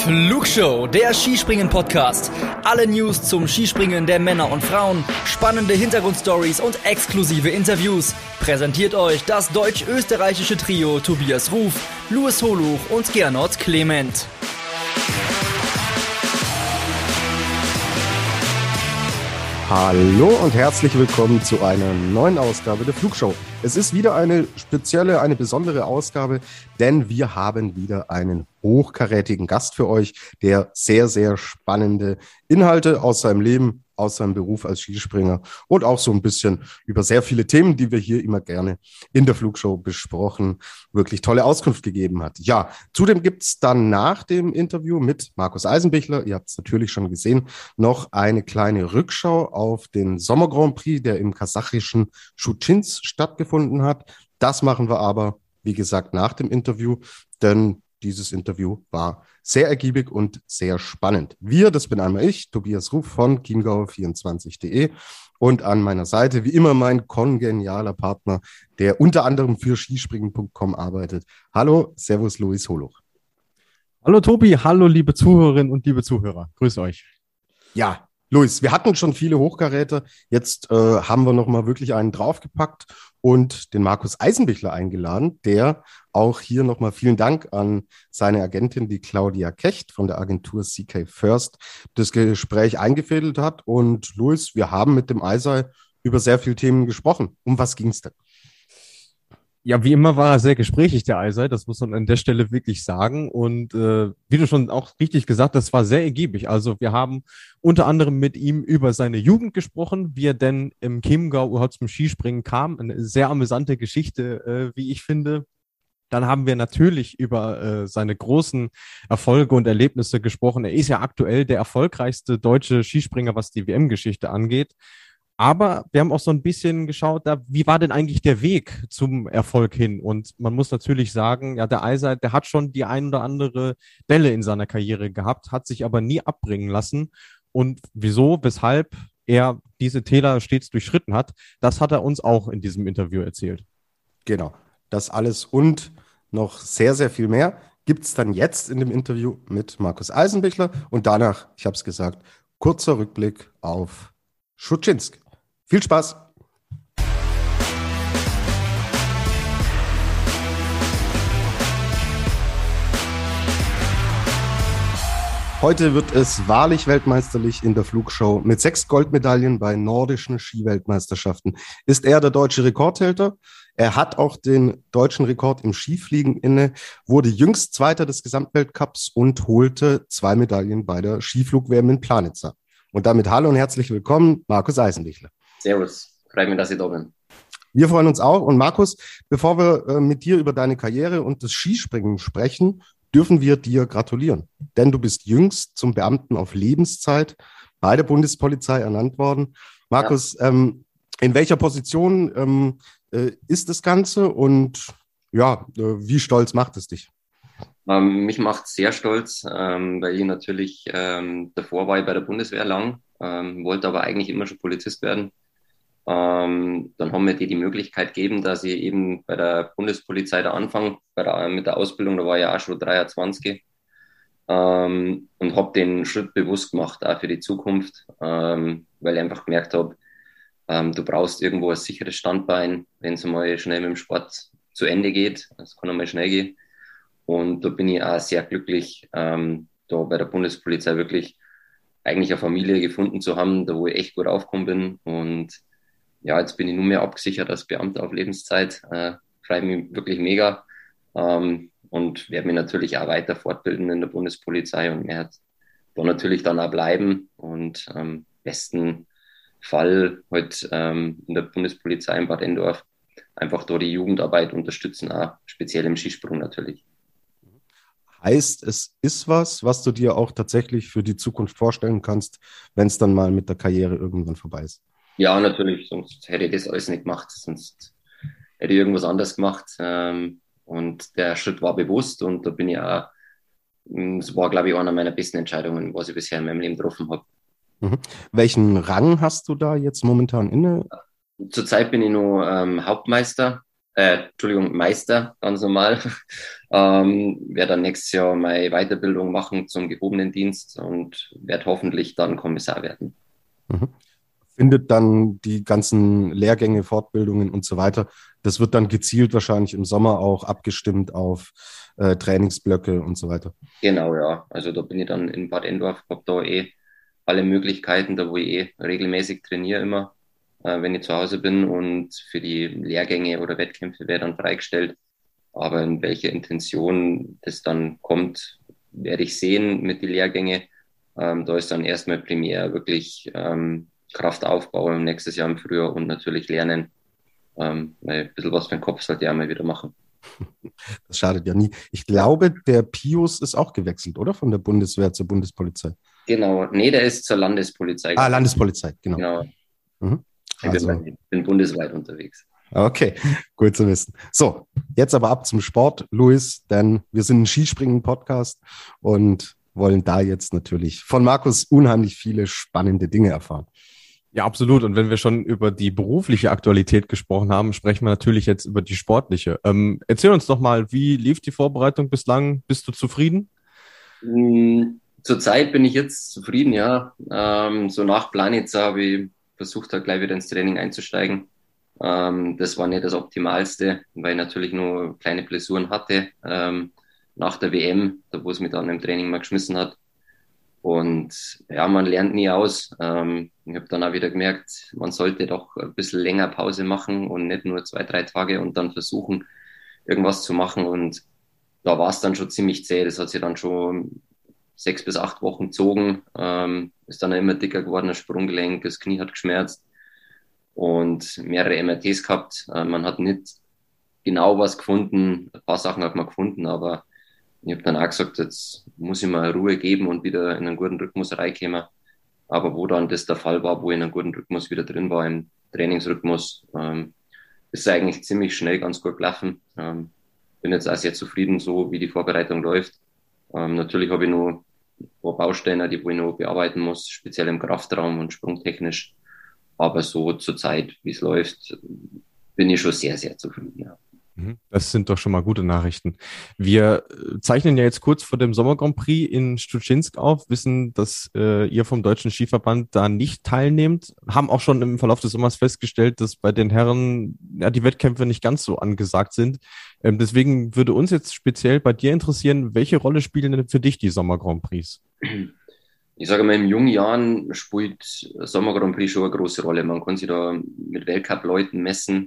Flugshow, der Skispringen-Podcast. Alle News zum Skispringen der Männer und Frauen, spannende Hintergrundstories und exklusive Interviews. Präsentiert euch das deutsch-österreichische Trio Tobias Ruf, Louis Holuch und Gernot Clement. Hallo und herzlich willkommen zu einer neuen Ausgabe der Flugshow. Es ist wieder eine spezielle, eine besondere Ausgabe, denn wir haben wieder einen hochkarätigen Gast für euch, der sehr, sehr spannende Inhalte aus seinem Leben, aus seinem Beruf als Skispringer und auch so ein bisschen über sehr viele Themen, die wir hier immer gerne in der Flugshow besprochen, wirklich tolle Auskunft gegeben hat. Ja, zudem gibt's dann nach dem Interview mit Markus Eisenbichler, ihr habt es natürlich schon gesehen, noch eine kleine Rückschau auf den Sommer Grand Prix, der im kasachischen Shchuchynsk stattgefunden hat. Das machen wir aber, wie gesagt, nach dem Interview, denn dieses Interview war sehr ergiebig und sehr spannend. Wir, das bin einmal ich, Tobias Ruf von chiemgauer24.de und an meiner Seite wie immer mein kongenialer Partner, der unter anderem für skispringen.com arbeitet. Hallo, servus Louis Holuch. Hallo Tobi, hallo liebe Zuhörerinnen und liebe Zuhörer, grüß euch. Ja, Louis, wir hatten schon viele Hochkaräter, jetzt haben wir nochmal wirklich einen draufgepackt und den Markus Eisenbichler eingeladen, der auch hier nochmal vielen Dank an seine Agentin, die Claudia Kecht von der Agentur CK First, das Gespräch eingefädelt hat. Und Louis, wir haben mit dem Eisei über sehr viele Themen gesprochen. Um was ging es denn? Ja, wie immer war er sehr gesprächig, der Eisei, das muss man an der Stelle wirklich sagen. Und wie du schon auch richtig gesagt hast, das war sehr ergiebig. Also wir haben unter anderem mit ihm über seine Jugend gesprochen, wie er denn im Chiemgau überhaupt zum Skispringen kam. Eine sehr amüsante Geschichte, wie ich finde. Dann haben wir natürlich über seine großen Erfolge und Erlebnisse gesprochen. Er ist ja aktuell der erfolgreichste deutsche Skispringer, was die WM-Geschichte angeht. Aber wir haben auch so ein bisschen geschaut, wie war denn eigentlich der Weg zum Erfolg hin? Und man muss natürlich sagen, ja, der Eisei, der hat schon die ein oder andere Delle in seiner Karriere gehabt, hat sich aber nie abbringen lassen. Und wieso, weshalb er diese Täler stets durchschritten hat, das hat er uns auch in diesem Interview erzählt. Genau, das alles und noch sehr, sehr viel mehr gibt es dann jetzt in dem Interview mit Markus Eisenbichler. Und danach, ich habe es gesagt, kurzer Rückblick auf Shchuchynsk. Viel Spaß! Heute wird es wahrlich weltmeisterlich in der Flugshow. Mit 6 Goldmedaillen bei nordischen Skiweltmeisterschaften ist er der deutsche Rekordhalter. Er hat auch den deutschen Rekord im Skifliegen inne, wurde jüngst Zweiter des Gesamtweltcups und holte 2 Medaillen bei der Skiflug-WM in Planitza. Und damit hallo und herzlich willkommen, Markus Eisenbichler. Servus, freut mich, dass ich da bin. Wir freuen uns auch. Und Markus, bevor wir mit dir über deine Karriere und das Skispringen sprechen, dürfen wir dir gratulieren. Denn du bist jüngst zum Beamten auf Lebenszeit bei der Bundespolizei ernannt worden. Markus, ja. In welcher Position ist das Ganze und ja, wie stolz macht es dich? Mich macht es sehr stolz, weil ich natürlich davor war ich bei der Bundeswehr lang, wollte aber eigentlich immer schon Polizist werden. Dann haben mir die Möglichkeit gegeben, dass ich eben bei der Bundespolizei da anfange, mit der Ausbildung, da war ich auch schon 23 und habe den Schritt bewusst gemacht, auch für die Zukunft, weil ich einfach gemerkt habe, du brauchst irgendwo ein sicheres Standbein, wenn es mal schnell mit dem Sport zu Ende geht, es kann einmal schnell gehen. Und da bin ich auch sehr glücklich, da bei der Bundespolizei wirklich eigentlich eine Familie gefunden zu haben, da wo ich echt gut aufgekommen bin. Und ja, jetzt bin ich nur mehr abgesichert als Beamter auf Lebenszeit. Freut mich wirklich mega. Und werde mich natürlich auch weiter fortbilden in der Bundespolizei und werde da natürlich dann auch bleiben und am besten Fall heute in der Bundespolizei in Bad Endorf einfach da die Jugendarbeit unterstützen, auch speziell im Skisprung natürlich. Heißt, es ist was du dir auch tatsächlich für die Zukunft vorstellen kannst, wenn es dann mal mit der Karriere irgendwann vorbei ist? Ja, natürlich, sonst hätte ich das alles nicht gemacht, sonst hätte ich irgendwas anderes gemacht. Und der Schritt war bewusst und da bin ich auch, es war, glaube ich, eine meiner besten Entscheidungen, was ich bisher in meinem Leben getroffen habe. Mhm. Welchen Rang hast du da jetzt momentan inne? Zurzeit bin ich noch Hauptmeister Entschuldigung, Meister, ganz normal. Werde dann nächstes Jahr meine Weiterbildung machen zum gehobenen Dienst und werde hoffentlich dann Kommissar werden. Mhm. Findet dann die ganzen Lehrgänge, Fortbildungen und so weiter, das wird dann gezielt wahrscheinlich im Sommer auch abgestimmt auf Trainingsblöcke und so weiter. Genau, ja. Also da bin ich dann in Bad Endorf, habe da alle Möglichkeiten, da wo ich regelmäßig trainiere immer, wenn ich zu Hause bin, und für die Lehrgänge oder Wettkämpfe wäre dann freigestellt. Aber in welcher Intention das dann kommt, werde ich sehen mit den Lehrgängen. Da ist dann erstmal primär wirklich Kraftaufbau nächstes Jahr im Frühjahr und natürlich Lernen. Weil ein bisschen was für den Kopf sollte ich auch mal wieder machen. Das schadet ja nie. Ich glaube, der Pius ist auch gewechselt, oder? Von der Bundeswehr zur Bundespolizei. Genau, nee, der ist zur Landespolizei. Landespolizei, genau. Genau. Mhm. Also, Ich bin bundesweit unterwegs. okay, gut zu wissen. So, jetzt aber ab zum Sport, Luis, denn wir sind ein Skispringen-Podcast und wollen da jetzt natürlich von Markus unheimlich viele spannende Dinge erfahren. Ja, absolut. Und wenn wir schon über die berufliche Aktualität gesprochen haben, sprechen wir natürlich jetzt über die sportliche. Erzähl uns doch mal, wie lief die Vorbereitung bislang? Bist du zufrieden? Zurzeit bin ich jetzt zufrieden, ja. So nach Planitz habe ich versucht, da gleich wieder ins Training einzusteigen. Das war nicht das Optimalste, weil ich natürlich nur kleine Blessuren hatte nach der WM, da wo es mich dann im Training mal geschmissen hat. Und ja, man lernt nie aus. Ich habe dann auch wieder gemerkt, man sollte doch ein bisschen länger Pause machen und nicht nur 2, 3 Tage und dann versuchen, irgendwas zu machen. Und da war es dann schon ziemlich zäh. Das hat sich dann schon 6 bis 8 Wochen gezogen. Ist dann immer dicker geworden, das Sprunggelenk, das Knie hat geschmerzt und mehrere MRTs gehabt. Man hat nicht genau was gefunden. Ein paar Sachen hat man gefunden, aber ich habe dann auch gesagt, jetzt muss ich mal Ruhe geben und wieder in einen guten Rhythmus reinkommen. Aber wo dann das der Fall war, wo ich in einem guten Rhythmus wieder drin war, im Trainingsrhythmus, ist eigentlich ziemlich schnell ganz gut gelaufen. Bin jetzt auch sehr zufrieden, so wie die Vorbereitung läuft. Natürlich habe ich noch ein paar Baustellen, die wo ich noch bearbeiten muss, speziell im Kraftraum und sprungtechnisch. Aber so zur Zeit, wie es läuft, bin ich schon sehr, sehr zufrieden. Ja. Das sind doch schon mal gute Nachrichten. Wir zeichnen ja jetzt kurz vor dem Sommer Grand Prix in Szczucinsk auf, wissen, dass ihr vom Deutschen Skiverband da nicht teilnehmt, haben auch schon im Verlauf des Sommers festgestellt, dass bei den Herren ja die Wettkämpfe nicht ganz so angesagt sind. Deswegen würde uns jetzt speziell bei dir interessieren, welche Rolle spielen denn für dich die Sommer Grand Prix? Ich sage mal, in jungen Jahren spielt Sommer Grand Prix schon eine große Rolle. Man kann sich da mit Weltcup-Leuten messen.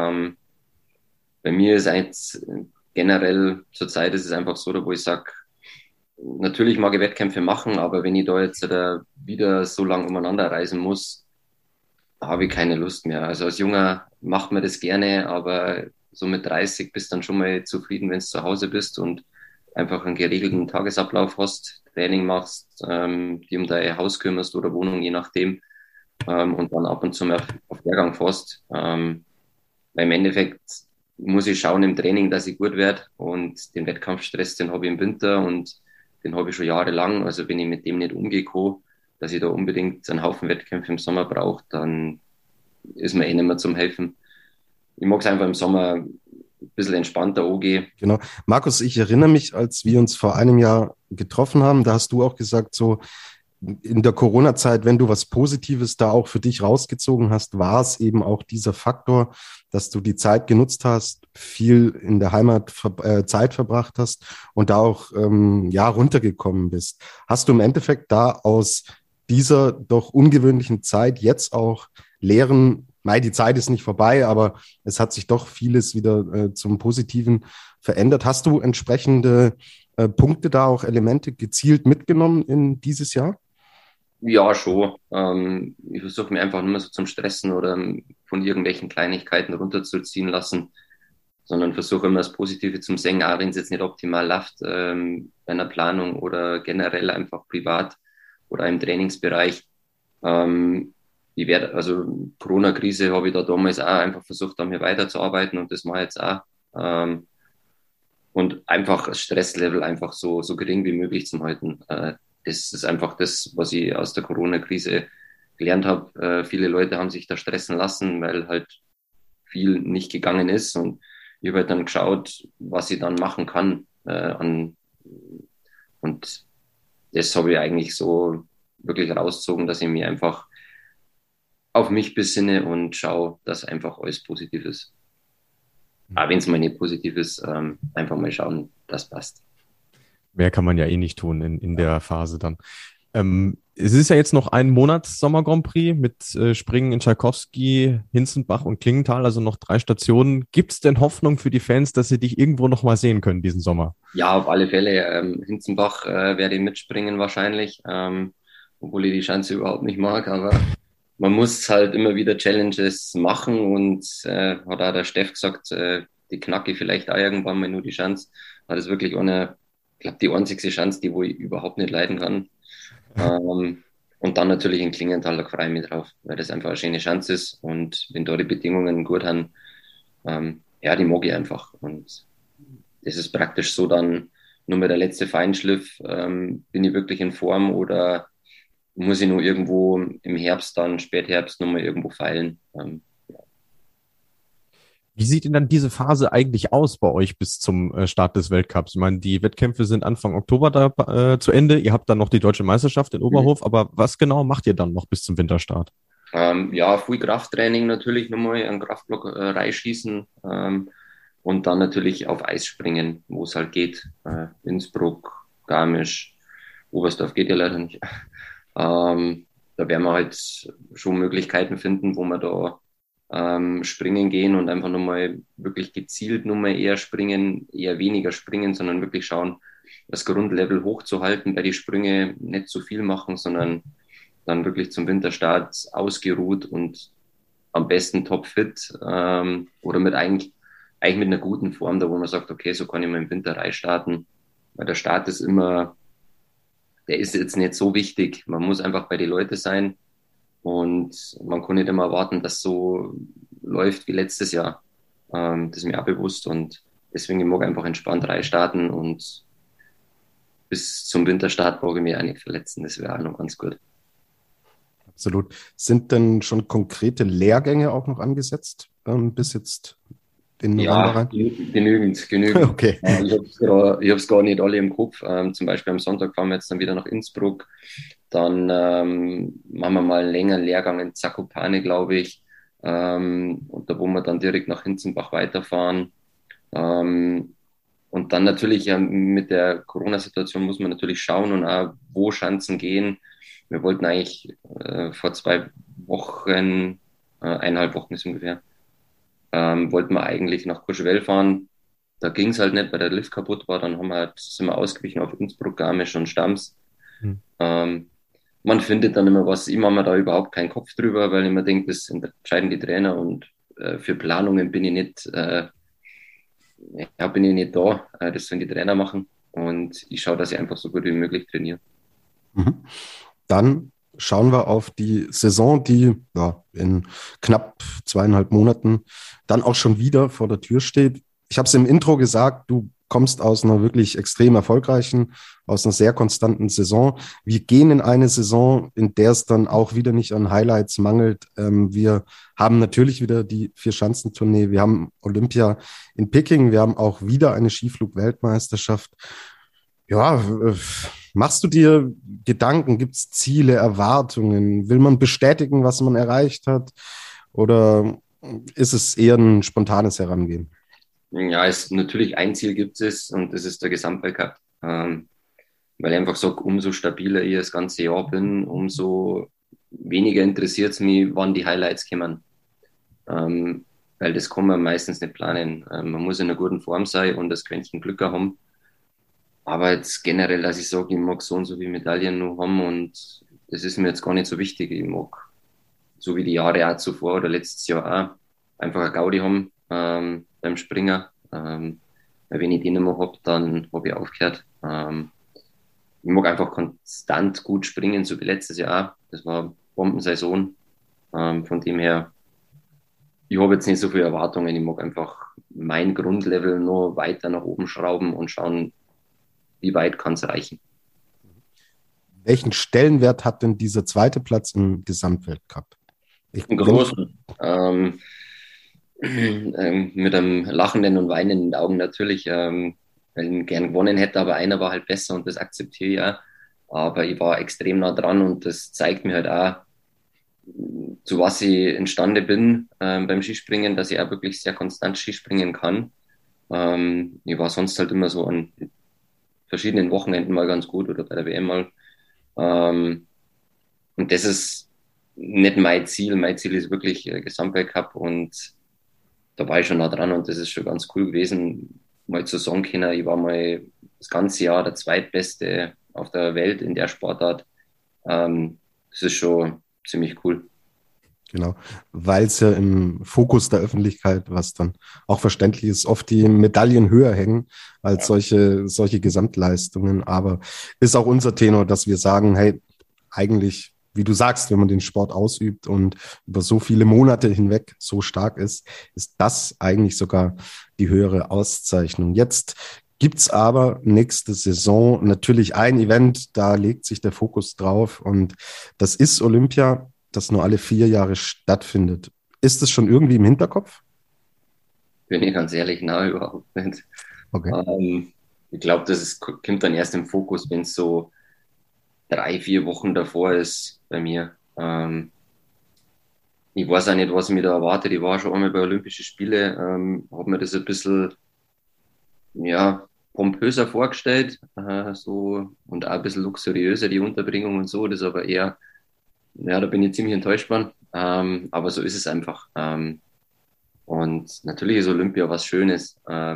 Bei mir ist jetzt generell zurzeit ist es einfach so, wo ich sage, natürlich mag ich Wettkämpfe machen, aber wenn ich da jetzt wieder so lang umeinander reisen muss, habe ich keine Lust mehr. Also als Junger macht man das gerne, aber so mit 30 bist dann schon mal zufrieden, wenn du zu Hause bist und einfach einen geregelten Tagesablauf hast, Training machst, die um dein Haus kümmerst oder Wohnung, je nachdem, und dann ab und zu mal auf Lehrgang fährst. Weil im Endeffekt muss ich schauen im Training, dass ich gut werde, und den Wettkampfstress, den habe ich im Winter und den habe ich schon jahrelang. Also wenn ich mit dem nicht umgehe, dass ich da unbedingt einen Haufen Wettkämpfe im Sommer brauche, dann ist mir nicht mehr zum Helfen. Ich mag es einfach im Sommer ein bisschen entspannter angehen. Genau. Markus, ich erinnere mich, als wir uns vor einem Jahr getroffen haben, da hast du auch gesagt, so in der Corona-Zeit, wenn du was Positives da auch für dich rausgezogen hast, war es eben auch dieser Faktor, dass du die Zeit genutzt hast, viel in der Heimat Zeit verbracht hast und da auch runtergekommen bist. Hast du im Endeffekt da aus dieser doch ungewöhnlichen Zeit jetzt auch Lehren, die Zeit ist nicht vorbei, aber es hat sich doch vieles wieder zum Positiven verändert. Hast du entsprechende Punkte da auch Elemente gezielt mitgenommen in dieses Jahr? Ja, schon. Ich versuche mich einfach nicht mehr so zum Stressen oder von irgendwelchen Kleinigkeiten runterzuziehen lassen, sondern versuche immer das Positive zum sehen, auch wenn es jetzt nicht optimal läuft, bei einer Planung oder generell einfach privat oder im Trainingsbereich. Also Corona-Krise habe ich da damals auch einfach versucht, an mir weiterzuarbeiten, und das mache ich jetzt auch. Und einfach das Stresslevel einfach so gering wie möglich zu halten. Das ist einfach das, was ich aus der Corona-Krise gelernt habe. Viele Leute haben sich da stressen lassen, weil halt viel nicht gegangen ist, und ich habe halt dann geschaut, was ich dann machen kann. Und das habe ich eigentlich so wirklich rausgezogen, dass ich mich einfach auf mich besinne und schaue, dass einfach alles positiv ist. Aber wenn es mal nicht positiv ist, einfach mal schauen, das passt. Mehr kann man ja eh nicht tun in der Phase dann. Es ist ja jetzt noch ein Monat Sommer Grand Prix mit Springen in Tschaikowski, Hinzenbach und Klingenthal, also noch 3 Stationen. Gibt es denn Hoffnung für die Fans, dass sie dich irgendwo noch mal sehen können diesen Sommer? Ja, auf alle Fälle. Hinzenbach werde ich mitspringen wahrscheinlich, obwohl ich die Schanze überhaupt nicht mag. Aber man muss halt immer wieder Challenges machen und hat auch der Steff gesagt, die knacke ich vielleicht auch irgendwann mal nur die Schanze. Das ist wirklich ich glaube, die einzigste Schanze, die wo ich überhaupt nicht leiden kann. Und dann natürlich in Klingenthal, da freue ich mich drauf, weil das einfach eine schöne Chance ist. Und wenn da die Bedingungen gut haben, ja, die mag ich einfach. Und das ist praktisch so dann nur mit der letzte Feinschliff, bin ich wirklich in Form oder muss ich nur irgendwo im Herbst dann, Spätherbst, nochmal irgendwo feilen. Wie sieht denn dann diese Phase eigentlich aus bei euch bis zum Start des Weltcups? Ich meine, die Wettkämpfe sind Anfang Oktober da zu Ende. Ihr habt dann noch die Deutsche Meisterschaft in Oberhof, aber was genau macht ihr dann noch bis zum Winterstart? Ja, viel Krafttraining natürlich nochmal, einen Kraftblock reinschießen und dann natürlich auf Eis springen, wo es halt geht. Innsbruck, Garmisch, Oberstdorf geht ja leider nicht. Da werden wir halt schon Möglichkeiten finden, wo wir da springen gehen und einfach nochmal wirklich gezielt nochmal eher springen, eher weniger springen, sondern wirklich schauen, das Grundlevel hochzuhalten bei die Sprünge, nicht zu viel machen, sondern dann wirklich zum Winterstart ausgeruht und am besten topfit oder eigentlich mit einer guten Form, da wo man sagt, okay, so kann ich mal im Winter reinstarten, weil der Start ist immer, der ist jetzt nicht so wichtig, man muss einfach bei den Leuten sein und man kann nicht immer erwarten, dass so läuft wie letztes Jahr. Das ist mir auch bewusst und deswegen mag ich einfach entspannt reinstarten und bis zum Winterstart brauche ich mich auch nicht verletzen, das wäre auch noch ganz gut. Absolut. Sind denn schon konkrete Lehrgänge auch noch angesetzt, bis jetzt in November Ja, rein? genügend. Okay. Ich hab's gar nicht alle im Kopf. Zum Beispiel am Sonntag fahren wir jetzt dann wieder nach Innsbruck. Dann machen wir mal einen längeren Lehrgang in Zakopane, glaube ich. Und da, wo wir dann direkt nach Hinzenbach weiterfahren. Und dann natürlich mit der Corona-Situation muss man natürlich schauen und auch, wo Schanzen gehen. Wir wollten eigentlich vor 2 Wochen, 1,5 Wochen ist ungefähr, wollten wir eigentlich nach Courchevel fahren. Da ging es halt nicht, weil der Lift kaputt war. Dann sind wir ausgewichen auf Innsbruck, Garmisch und Stams. Hm. Man findet dann immer was. Ich mache mir da überhaupt keinen Kopf drüber, weil ich mir denke, das entscheiden die Trainer und für Planungen bin ich nicht da. Das sollen die Trainer machen. Und ich schaue, dass ich einfach so gut wie möglich trainiere. Mhm. Dann schauen wir auf die Saison, die ja, in knapp 2,5 Monaten dann auch schon wieder vor der Tür steht. Ich habe es im Intro gesagt, du kommst aus einer wirklich extrem erfolgreichen, aus einer sehr konstanten Saison. Wir gehen in eine Saison, in der es dann auch wieder nicht an Highlights mangelt. Wir haben natürlich wieder die Vierschanzentournee, wir haben Olympia in Peking, wir haben auch wieder eine Skiflug-Weltmeisterschaft. Ja, machst du dir Gedanken? Gibt es Ziele, Erwartungen? Will man bestätigen, was man erreicht hat? Oder ist es eher ein spontanes Herangehen? Ja, natürlich ein Ziel gibt es und das ist der Gesamtweltcup. Weil ich einfach sage, umso stabiler ich das ganze Jahr bin, umso weniger interessiert es mich, wann die Highlights kommen. Weil das kann man meistens nicht planen. Man muss in einer guten Form sein und das Quäntchen Glück haben. Aber jetzt generell, dass ich sage, ich mag so und so viele Medaillen noch haben und das ist mir jetzt gar nicht so wichtig. Ich mag, so wie die Jahre auch zuvor oder letztes Jahr auch, einfach eine Gaudi haben beim Springer. Weil wenn ich den nicht mehr habe, dann habe ich aufgehört. Ich mag einfach konstant gut springen, so wie letztes Jahr auch. Das war eine Bombensaison. Von dem her, ich habe jetzt nicht so viele Erwartungen. Ich mag einfach mein Grundlevel noch weiter nach oben schrauben und schauen, wie weit kann es reichen. Welchen Stellenwert hat denn dieser zweite Platz im Gesamtweltcup? Im Großen. Mit einem lachenden und weinenden Augen natürlich, weil ich gern gewonnen hätte, aber einer war halt besser und das akzeptiere ich auch. Aber ich war extrem nah dran und das zeigt mir halt auch, zu was ich imstande bin beim Skispringen, dass ich auch wirklich sehr konstant Skispringen kann. Ich war sonst halt immer so an verschiedenen Wochenenden mal ganz gut oder bei der WM mal. Ähm, und das ist nicht mein Ziel. Mein Ziel ist wirklich Gesamtweltcup und da war ich schon nah dran und das ist schon ganz cool gewesen, mal zu sagen können, ich war mal das ganze Jahr der Zweitbeste auf der Welt in der Sportart. Das ist schon ziemlich cool. Genau, weil es ja im Fokus der Öffentlichkeit, was dann auch verständlich ist, oft die Medaillen höher hängen als solche Gesamtleistungen. Aber ist auch unser Tenor, dass wir sagen, hey, eigentlich, wie du sagst, wenn man den Sport ausübt und über so viele Monate hinweg so stark ist, ist das eigentlich sogar die höhere Auszeichnung. Jetzt gibt's aber nächste Saison natürlich ein Event, da legt sich der Fokus drauf und das ist Olympia, das nur alle 4 Jahre stattfindet. Ist es schon irgendwie im Hinterkopf? Bin ich ganz ehrlich, na, überhaupt nicht. Okay. Ich glaube, kommt dann erst im Fokus, wenn es so 3, 4 Wochen davor ist bei mir. Ich weiß auch nicht, was mich da erwartet. Ich war schon einmal bei Olympischen Spiele, habe mir das ein bisschen, ja, pompöser vorgestellt, so, und auch ein bisschen luxuriöser, die Unterbringung und so. Das ist aber eher, ja, da bin ich ziemlich enttäuscht worden. Aber so ist es einfach. Und natürlich ist Olympia was Schönes.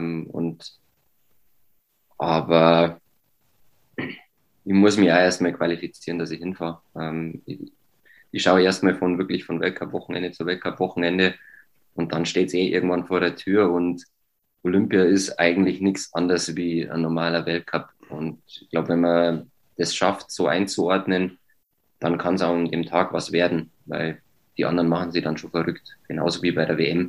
Aber ich muss mich auch erstmal qualifizieren, dass ich hinfahre. Ich schaue erstmal wirklich von Weltcup-Wochenende zu Weltcup-Wochenende und dann steht es irgendwann vor der Tür und Olympia ist eigentlich nichts anderes wie ein normaler Weltcup. Und ich glaube, wenn man das schafft, so einzuordnen, dann kann es auch an dem Tag was werden, weil die anderen machen sie dann schon verrückt. Genauso wie bei der WM.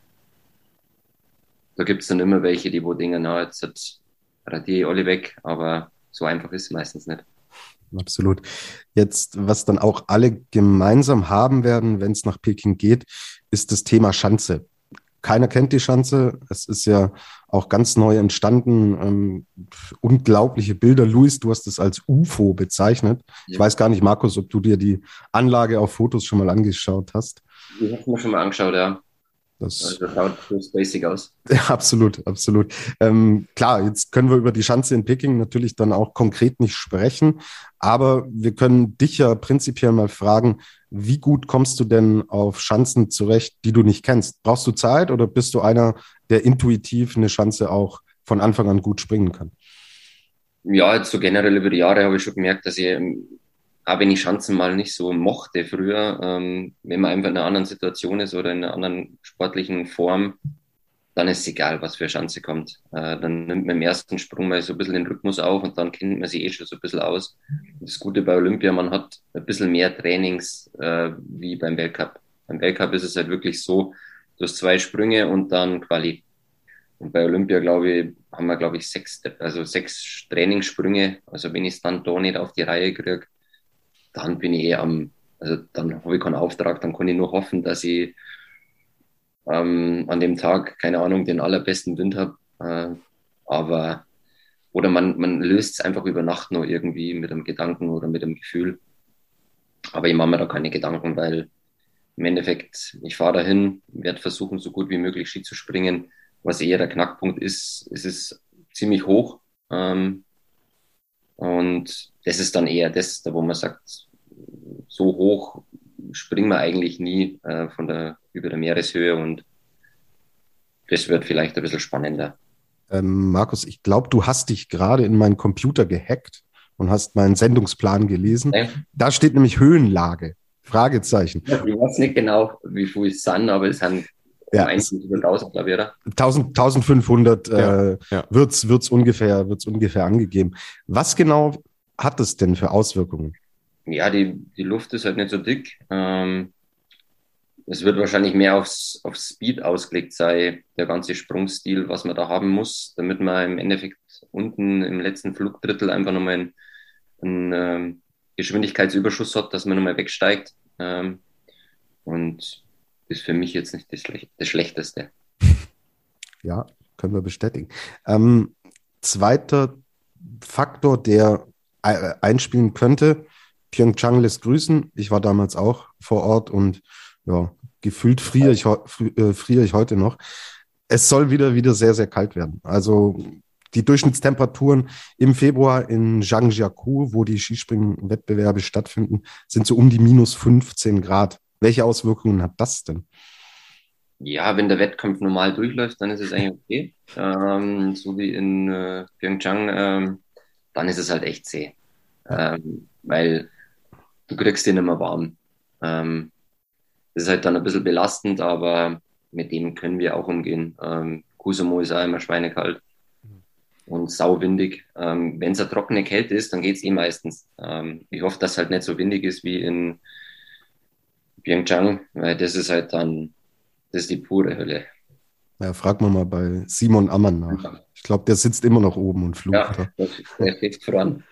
Da gibt es dann immer welche, die wo denken, na, jetzt radiere ich alle weg, aber so einfach ist es meistens nicht. Absolut. Jetzt, was dann auch alle gemeinsam haben werden, wenn es nach Peking geht, ist das Thema Schanze. Keiner kennt die Schanze. Es ist ja auch ganz neu entstanden. Unglaubliche Bilder. Luis, du hast es als UFO bezeichnet. Ich weiß gar nicht, Markus, ob du dir die Anlage auf Fotos schon mal angeschaut hast. Ich habe mir schon mal angeschaut, ja. Das schaut so basic aus. Ja, absolut, absolut. Klar, jetzt können wir über die Schanze in Peking natürlich dann auch konkret nicht sprechen, aber wir können dich ja prinzipiell mal fragen, wie gut kommst du denn auf Schanzen zurecht, die du nicht kennst? Brauchst du Zeit oder bist du einer, der intuitiv eine Schanze auch von Anfang an gut springen kann? Ja, jetzt so generell über die Jahre habe ich schon gemerkt, dass ich, auch wenn ich Schanzen mal nicht so mochte früher, wenn man einfach in einer anderen Situation ist oder in einer anderen sportlichen Form, dann ist es egal, was für eine Schanze kommt. Dann nimmt man im ersten Sprung mal so ein bisschen den Rhythmus auf und dann kennt man sich eh schon so ein bisschen aus. Und das Gute bei Olympia, man hat ein bisschen mehr Trainings wie beim Weltcup. Beim Weltcup ist es halt wirklich so, du hast 2 Sprünge und dann Quali. Und bei Olympia, glaube ich, haben wir, glaube ich, 6 Trainingssprünge. Also wenn ich es dann da nicht auf die Reihe kriege, dann bin ich also dann habe ich keinen Auftrag, dann kann ich nur hoffen, dass ich an dem Tag, keine Ahnung, den allerbesten Wind habe. Oder man löst es einfach über Nacht noch irgendwie mit einem Gedanken oder mit einem Gefühl. Aber ich mache mir da keine Gedanken, weil im Endeffekt, ich fahre dahin, werde versuchen, so gut wie möglich Ski zu springen. Was eher der Knackpunkt ist, es ist ziemlich hoch. Und das ist dann eher das, da wo man sagt, so hoch springen wir eigentlich nie über der Meereshöhe und das wird vielleicht ein bisschen spannender. Markus, ich glaube, du hast dich gerade in meinen Computer gehackt und hast meinen Sendungsplan gelesen. Da steht nämlich Höhenlage. Fragezeichen. Ich weiß nicht genau, wie viel es sind, aber es sind ja, über 1000, glaube ich, oder? 1500 wird's ungefähr angegeben. Was genau hat es denn für Auswirkungen? Ja, die Luft ist halt nicht so dick. Es wird wahrscheinlich mehr aufs Speed ausgelegt sein, der ganze Sprungstil, was man da haben muss, damit man im Endeffekt unten im letzten Flugdrittel einfach nochmal einen Geschwindigkeitsüberschuss hat, dass man nochmal wegsteigt. Und ist für mich jetzt nicht das Schlechteste. Ja, können wir bestätigen. Zweiter Faktor, der einspielen könnte, Pyeongchang lässt grüßen. Ich war damals auch vor Ort und ja, gefühlt friere ich heute noch. Es soll wieder sehr, sehr kalt werden. Also die Durchschnittstemperaturen im Februar in Zhangjiakou, wo die Skispringen-Wettbewerbe stattfinden, sind so um die minus 15 Grad. Welche Auswirkungen hat das denn? Ja, wenn der Wettkampf normal durchläuft, dann ist es eigentlich okay. So wie in Pyeongchang, dann ist es halt echt zäh. Weil du kriegst den immer warm. Das ist halt dann ein bisschen belastend, aber mit dem können wir auch umgehen. Kusumo ist auch immer schweinekalt und sauwindig. Wenn es eine trockene Kälte ist, dann geht es meistens. Ich hoffe, dass es halt nicht so windig ist wie in Pyeongchang, weil das ist halt dann, das ist die pure Hölle. Ja, frag mal bei Simon Ammann nach. Ich glaube, der sitzt immer noch oben und flucht. Ja, der steht voran.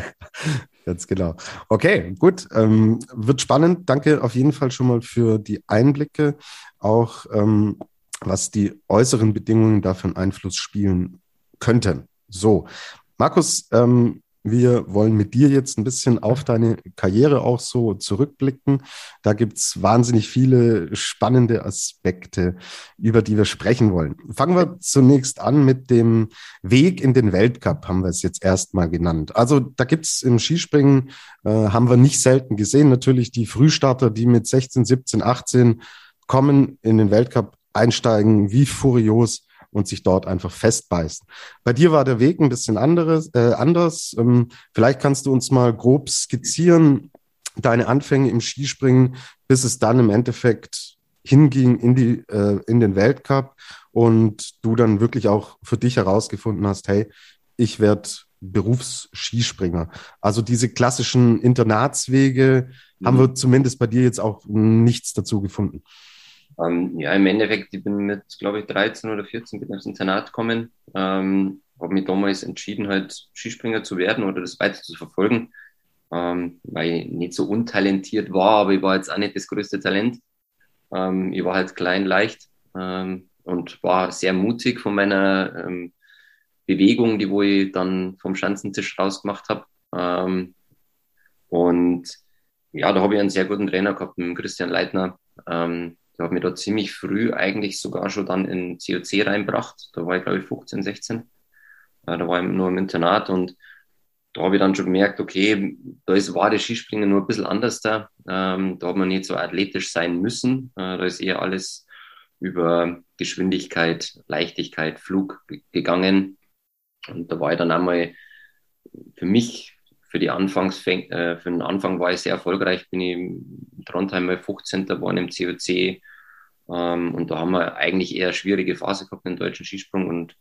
Ganz genau. Okay, gut. Wird spannend. Danke auf jeden Fall schon mal für die Einblicke, auch was die äußeren Bedingungen dafür einen Einfluss spielen könnten. So, Markus, wir wollen mit dir jetzt ein bisschen auf deine Karriere auch so zurückblicken. Da gibt es wahnsinnig viele spannende Aspekte, über die wir sprechen wollen. Fangen wir zunächst an mit dem Weg in den Weltcup, haben wir es jetzt erstmal genannt. Also da gibt es im Skispringen, haben wir nicht selten gesehen, natürlich die Frühstarter, die mit 16, 17, 18 kommen, in den Weltcup einsteigen, wie furios und sich dort einfach festbeißen. Bei dir war der Weg ein bisschen anders. Vielleicht kannst du uns mal grob skizzieren, deine Anfänge im Skispringen, bis es dann im Endeffekt hinging in den Weltcup und du dann wirklich auch für dich herausgefunden hast, hey, ich werde Berufsskispringer. Also diese klassischen Internatswege haben wir zumindest bei dir jetzt auch nichts dazu gefunden. Ja, im Endeffekt, ich bin mit, glaube ich, 13 oder 14 bin aufs Internat gekommen. Habe mich damals entschieden, halt Skispringer zu werden oder das weiter zu verfolgen, weil ich nicht so untalentiert war, aber ich war jetzt auch nicht das größte Talent. Ich war halt klein, leicht und war sehr mutig von meiner Bewegung, die wo ich dann vom Schanzentisch raus gemacht habe. Und ja, da habe ich einen sehr guten Trainer gehabt, mit Christian Leitner. Der hat mich da ziemlich früh eigentlich sogar schon dann in COC reinbracht. Da war ich, glaube ich, 15, 16. Da war ich nur im Internat und da habe ich dann schon gemerkt, okay, da ist wahre Skispringen nur ein bisschen anders da. Da hat man nicht so athletisch sein müssen. Da ist eher alles über Geschwindigkeit, Leichtigkeit, Flug gegangen. Und da war ich dann einmal für mich, für den Anfang war ich sehr erfolgreich. Bin ich in Trondheim mal 15. geworden im COC. Und da haben wir eigentlich eher eine schwierige Phase gehabt im deutschen Skisprung. Und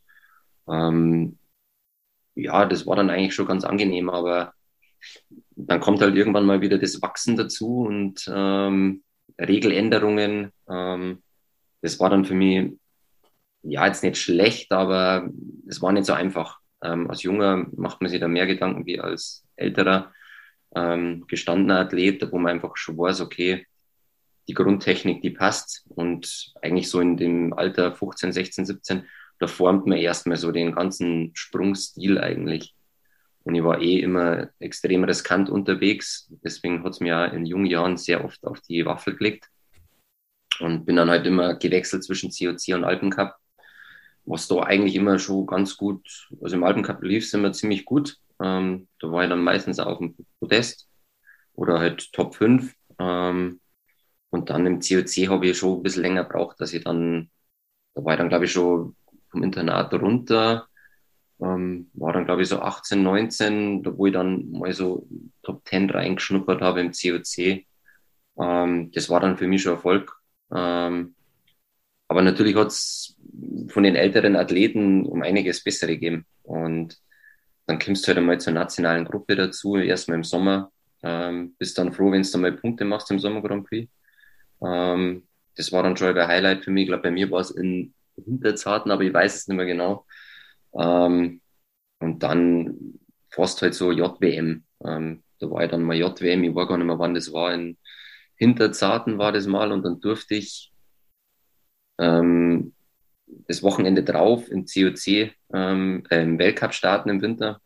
ja, das war dann eigentlich schon ganz angenehm. Aber dann kommt halt irgendwann mal wieder das Wachsen dazu und Regeländerungen. Das war dann für mich, ja, jetzt nicht schlecht, aber es war nicht so einfach. Als Junger macht man sich da mehr Gedanken wie als älterer, gestandener Athlet, wo man einfach schon weiß, okay, die Grundtechnik, die passt. Und eigentlich so in dem Alter 15, 16, 17, da formt man erstmal so den ganzen Sprungstil eigentlich. Und ich war immer extrem riskant unterwegs. Deswegen hat es mir in jungen Jahren sehr oft auf die Waffel gelegt. Und bin dann halt immer gewechselt zwischen COC und Alpencup, was da eigentlich immer schon ganz gut, also im Alpencup lief es immer ziemlich gut. Da war ich dann meistens auf dem Podest oder halt Top 5. Und dann im COC habe ich schon ein bisschen länger gebraucht, dass ich dann, da war ich dann glaube ich schon vom Internat runter, war dann glaube ich so 18, 19, da wo ich dann mal so Top 10 reingeschnuppert habe im COC. Das war dann für mich schon Erfolg. Aber natürlich hat es von den älteren Athleten um einiges bessere gegeben. Und dann kommst du halt einmal zur nationalen Gruppe dazu, erstmal im Sommer. Bist dann froh, wenn du mal Punkte machst im Sommer Grand Prix. Das war dann schon ein Highlight für mich. Ich glaube, bei mir war es in Hinterzarten, aber ich weiß es nicht mehr genau. Und dann fast halt so JWM. Da war ich dann mal JWM, ich weiß gar nicht mehr, wann das war. In Hinterzarten war das mal und dann durfte ich ähm, das Wochenende drauf im COC, im Weltcup starten im Winter,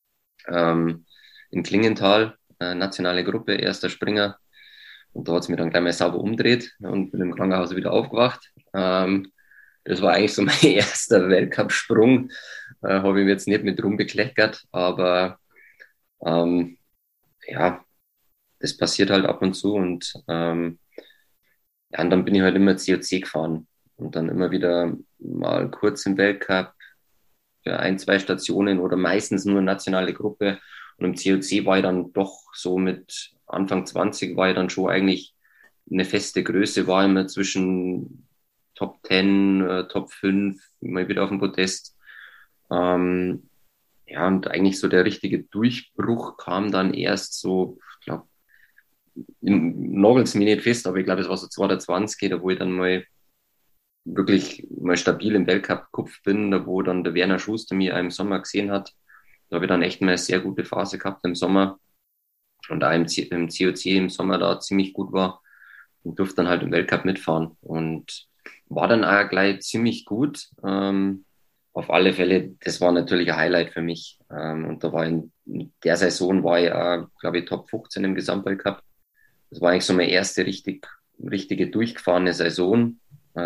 in Klingenthal, nationale Gruppe, erster Springer. Und da hat es mir dann gleich mal sauber umgedreht und bin im Krankenhaus wieder aufgewacht. Das war eigentlich so mein erster Weltcup-Sprung. Habe ich mir jetzt nicht mit rumbekleckert, aber ja, das passiert halt ab und zu. Und ja, und dann bin ich halt immer COC gefahren und dann immer wieder mal kurz im Weltcup für 1, 2 Stationen oder meistens nur nationale Gruppe. Und im COC war ich dann doch so mit Anfang 20 war ich dann schon eigentlich eine feste Größe, war immer zwischen Top 10, Top 5, mal wieder auf dem Podest. Ja, und eigentlich so der richtige Durchbruch kam dann erst so, ich glaube, nagelt's mich nicht fest, aber ich glaube, es war so 2020, da wo ich dann mal wirklich mal stabil im Weltcup gekupft bin, da wo dann der Werner Schuster mich auch im Sommer gesehen hat. Da habe ich dann echt mal eine sehr gute Phase gehabt im Sommer und auch im COC im Sommer da ziemlich gut war und durfte dann halt im Weltcup mitfahren und war dann auch gleich ziemlich gut. Auf alle Fälle, das war natürlich ein Highlight für mich. Und da war in der Saison war ich auch, glaube ich, Top 15 im Gesamtweltcup. Das war eigentlich so meine erste richtige durchgefahrene Saison.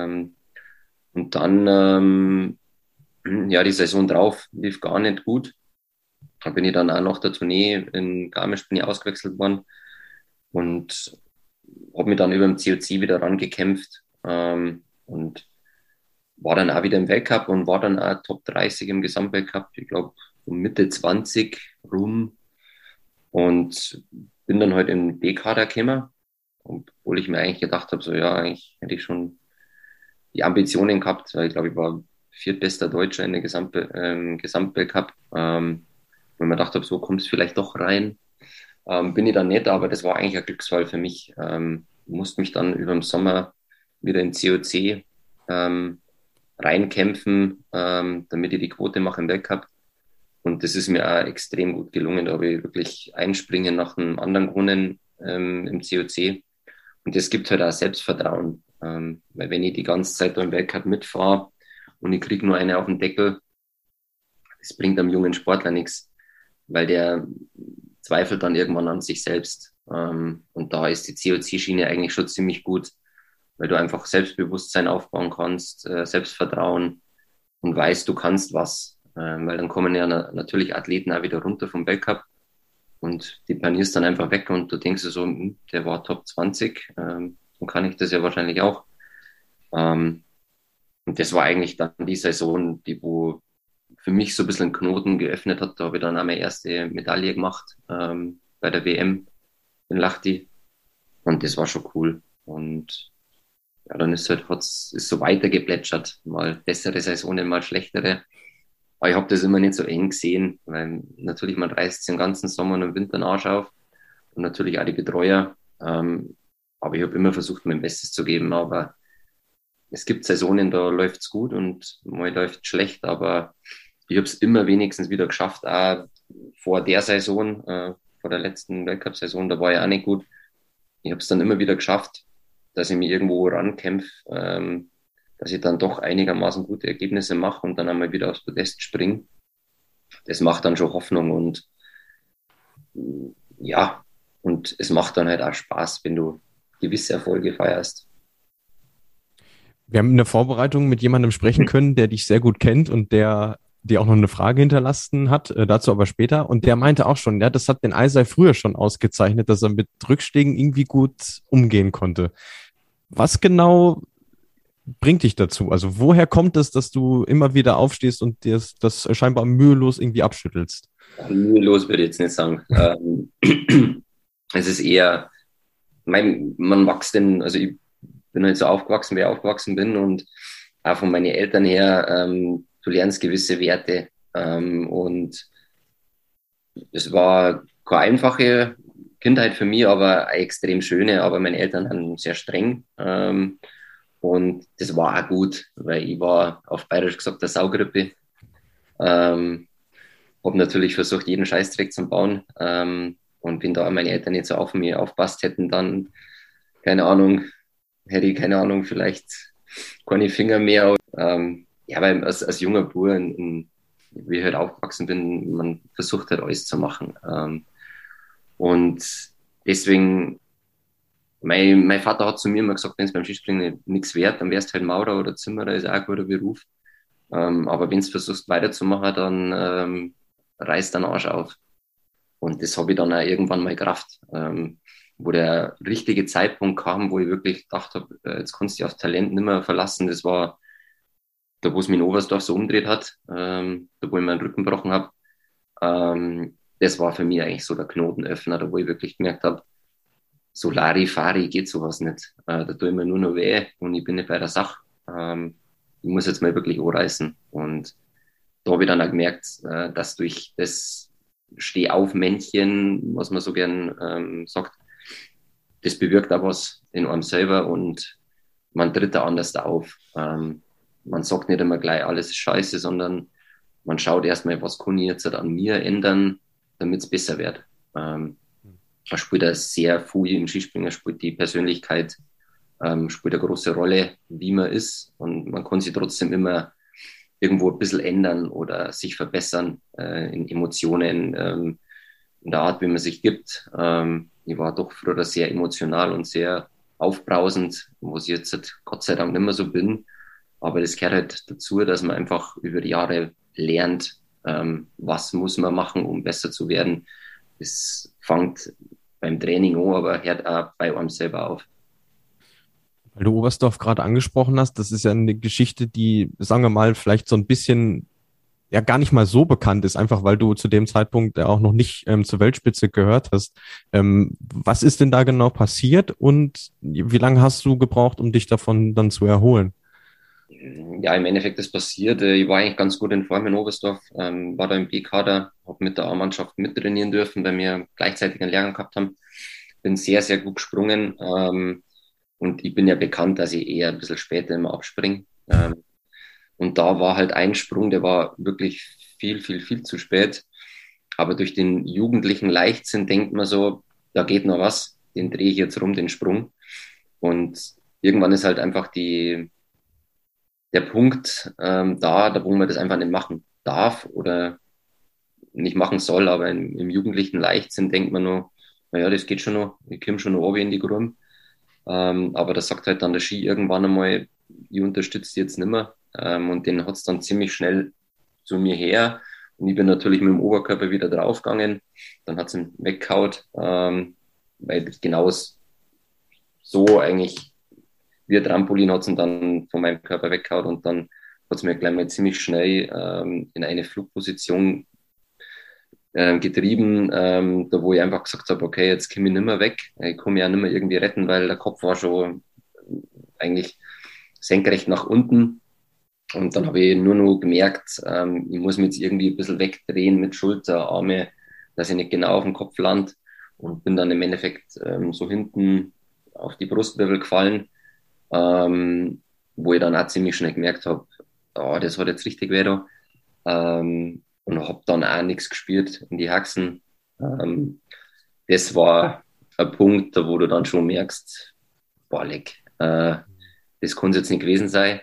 Und dann, ja, die Saison drauf lief gar nicht gut. Da bin ich dann auch nach der Tournee in Garmisch bin ich ausgewechselt worden und habe mich dann über dem COC wieder rangekämpft und war dann auch wieder im Weltcup und war dann auch Top 30 im Gesamtweltcup, ich glaube um Mitte 20 rum und bin dann halt in den B-Kader gekommen, obwohl ich mir eigentlich gedacht habe, so ja, eigentlich hätte ich schon die Ambitionen gehabt, weil ich glaube, ich war viertbester Deutscher in der Gesamtweltcup, weil man gedacht habe, so kommst du vielleicht doch rein. Bin ich dann nicht, aber das war eigentlich ein Glücksfall für mich. Musste mich dann über den Sommer wieder in COC reinkämpfen, damit ich die Quote mache im Weltcup. Und das ist mir auch extrem gut gelungen. Da habe ich wirklich ein Springen nach dem anderen gewonnen im COC. Und das gibt halt auch Selbstvertrauen. Weil wenn ich die ganze Zeit da im Weltcup mitfahre und ich kriege nur eine auf den Deckel, das bringt einem jungen Sportler nichts, weil der zweifelt dann irgendwann an sich selbst. Und da ist die COC-Schiene eigentlich schon ziemlich gut, weil du einfach Selbstbewusstsein aufbauen kannst, Selbstvertrauen und weißt, du kannst was. Weil dann kommen ja natürlich Athleten auch wieder runter vom Weltcup und die planierst dann einfach weg und du denkst dir so, der war Top 20, dann kann ich das ja wahrscheinlich auch. Und das war eigentlich dann die Saison, die wo für mich so ein bisschen einen Knoten geöffnet hat. Da habe ich dann auch meine erste Medaille gemacht bei der WM in Lahti. Und das war schon cool. Und ja, dann ist so weitergeplätschert. Mal bessere Saisonen, mal schlechtere. Aber ich habe das immer nicht so eng gesehen, weil natürlich man reißt den ganzen Sommer und Winter einen Arsch auf. Und natürlich auch die Betreuer. Aber ich habe immer versucht, mein Bestes zu geben. Aber es gibt Saisonen, da läuft's gut und mal läuft schlecht. Aber ich habe es immer wenigstens wieder geschafft, auch vor der Saison, vor der letzten Weltcup-Saison, da war ich auch nicht gut. Ich habe es dann immer wieder geschafft, dass ich mich irgendwo rankämpfe, dass ich dann doch einigermaßen gute Ergebnisse mache und dann einmal wieder aufs Podest springe. Das macht dann schon Hoffnung und ja, und es macht dann halt auch Spaß, wenn du gewisse Erfolge feierst. Wir haben in der Vorbereitung mit jemandem sprechen können, der dich sehr gut kennt und der dir auch noch eine Frage hinterlassen hat, dazu aber später. Und der meinte auch schon, ja, das hat den Eisei früher schon ausgezeichnet, dass er mit Rückschlägen irgendwie gut umgehen konnte. Was genau bringt dich dazu? Also woher kommt es, dass du immer wieder aufstehst und dir das scheinbar mühelos irgendwie abschüttelst? Mühelos würde ich jetzt nicht sagen. Es ist eher, man wächst also ich bin halt so aufgewachsen, wie ich aufgewachsen bin und auch von meinen Eltern her, du lernst gewisse Werte und es war keine einfache Kindheit für mich, aber eine extrem schöne, aber meine Eltern waren sehr streng und das war auch gut, weil ich war auf Bayerisch gesagt der Saugrippe, habe natürlich versucht, jeden Scheißdreck zu bauen und wenn da meine Eltern nicht so auf mich aufpasst hätten, dann, keine Ahnung, hätte ich, keine Ahnung, vielleicht keine Finger mehr. Ja, weil als junger Bub, wie ich halt aufgewachsen bin, man versucht halt alles zu machen. Und deswegen, mein Vater hat zu mir immer gesagt, wenn es beim Skispringen nichts wert, dann wärst du halt Maurer oder Zimmerer, ist auch ein guter Beruf. Aber wenn du versuchst weiterzumachen, dann reißt dein Arsch auf. Und das habe ich dann auch irgendwann mal gerafft, wo der richtige Zeitpunkt kam, wo ich wirklich gedacht habe, jetzt kannst du dich auf Talent nicht mehr verlassen. Das war da, wo es mich in Oberstdorf so umgedreht hat, da wo ich meinen Rücken gebrochen habe. Das war für mich eigentlich so der Knotenöffner, da wo ich wirklich gemerkt habe, so Larifari geht sowas nicht. Da tue ich mir nur noch weh und ich bin nicht bei der Sache. Ich muss jetzt mal wirklich anreißen. Und da habe ich dann auch gemerkt, dass durch das Stehauf-Männchen, was man so gern sagt, das bewirkt auch was in einem selber und man tritt da anders auf. Man sagt nicht immer gleich, alles ist scheiße, sondern man schaut erstmal, was kann ich jetzt an mir ändern, damit es besser wird. Da spielt er sehr viel im Skispringen, spielt die Persönlichkeit, spielt eine große Rolle, wie man ist. Und man kann sich trotzdem immer irgendwo ein bisschen ändern oder sich verbessern in Emotionen, in der Art, wie man sich gibt. Ich war doch früher sehr emotional und sehr aufbrausend, was ich jetzt Gott sei Dank nicht mehr so bin. Aber das gehört halt dazu, dass man einfach über die Jahre lernt, was muss man machen, um besser zu werden. Das fängt beim Training an, aber hört auch bei einem selber auf. Weil du Oberstdorf gerade angesprochen hast, das ist ja eine Geschichte, die, sagen wir mal, vielleicht so ein bisschen ja gar nicht mal so bekannt ist, einfach weil du zu dem Zeitpunkt ja auch noch nicht zur Weltspitze gehört hast. Was ist denn da genau passiert und wie lange hast du gebraucht, um dich davon dann zu erholen? Ja, im Endeffekt ist passiert. Ich war eigentlich ganz gut in Form in Oberstdorf, war da im B-Kader, habe mit der A-Mannschaft mittrainieren dürfen, weil wir gleichzeitig einen Lehrgang gehabt haben. Bin sehr, sehr gut gesprungen und ich bin ja bekannt, dass ich eher ein bisschen später immer abspringe. Und da war halt ein Sprung, der war wirklich viel, viel, viel zu spät. Aber durch den jugendlichen Leichtsinn denkt man so, da geht noch was, den drehe ich jetzt rum, den Sprung. Und irgendwann ist halt einfach der Punkt da, wo man das einfach nicht machen darf oder nicht machen soll, aber im jugendlichen Leichtsinn denkt man nur, naja, das geht schon noch, ich komme schon noch oben in die Gruppe. Aber da sagt halt dann der Ski irgendwann einmal, ich unterstütze die jetzt nicht mehr. Und den hat es dann ziemlich schnell zu mir her. Und ich bin natürlich mit dem Oberkörper wieder draufgegangen. Dann hat es ihn weggehauen, weil genau so eigentlich wie ein Trampolin hat es ihn dann von meinem Körper weggehauen und dann hat es mir gleich mal ziemlich schnell in eine Flugposition getrieben, da wo ich einfach gesagt habe, okay, jetzt komme ich nicht mehr weg. Ich komme ja nicht mehr irgendwie retten, weil der Kopf war schon eigentlich senkrecht nach unten. Und dann habe ich nur noch gemerkt, ich muss mich jetzt irgendwie ein bisschen wegdrehen mit Schulter, Arme, dass ich nicht genau auf den Kopf lande. Und bin dann im Endeffekt so hinten auf die Brustwirbel gefallen, wo ich dann auch ziemlich schnell gemerkt habe, oh, das hat jetzt richtig weh da. Und habe dann auch nichts gespürt in die Haxen. Das war ein Punkt, wo du dann schon merkst, boah, leck, das kann es jetzt nicht gewesen sein.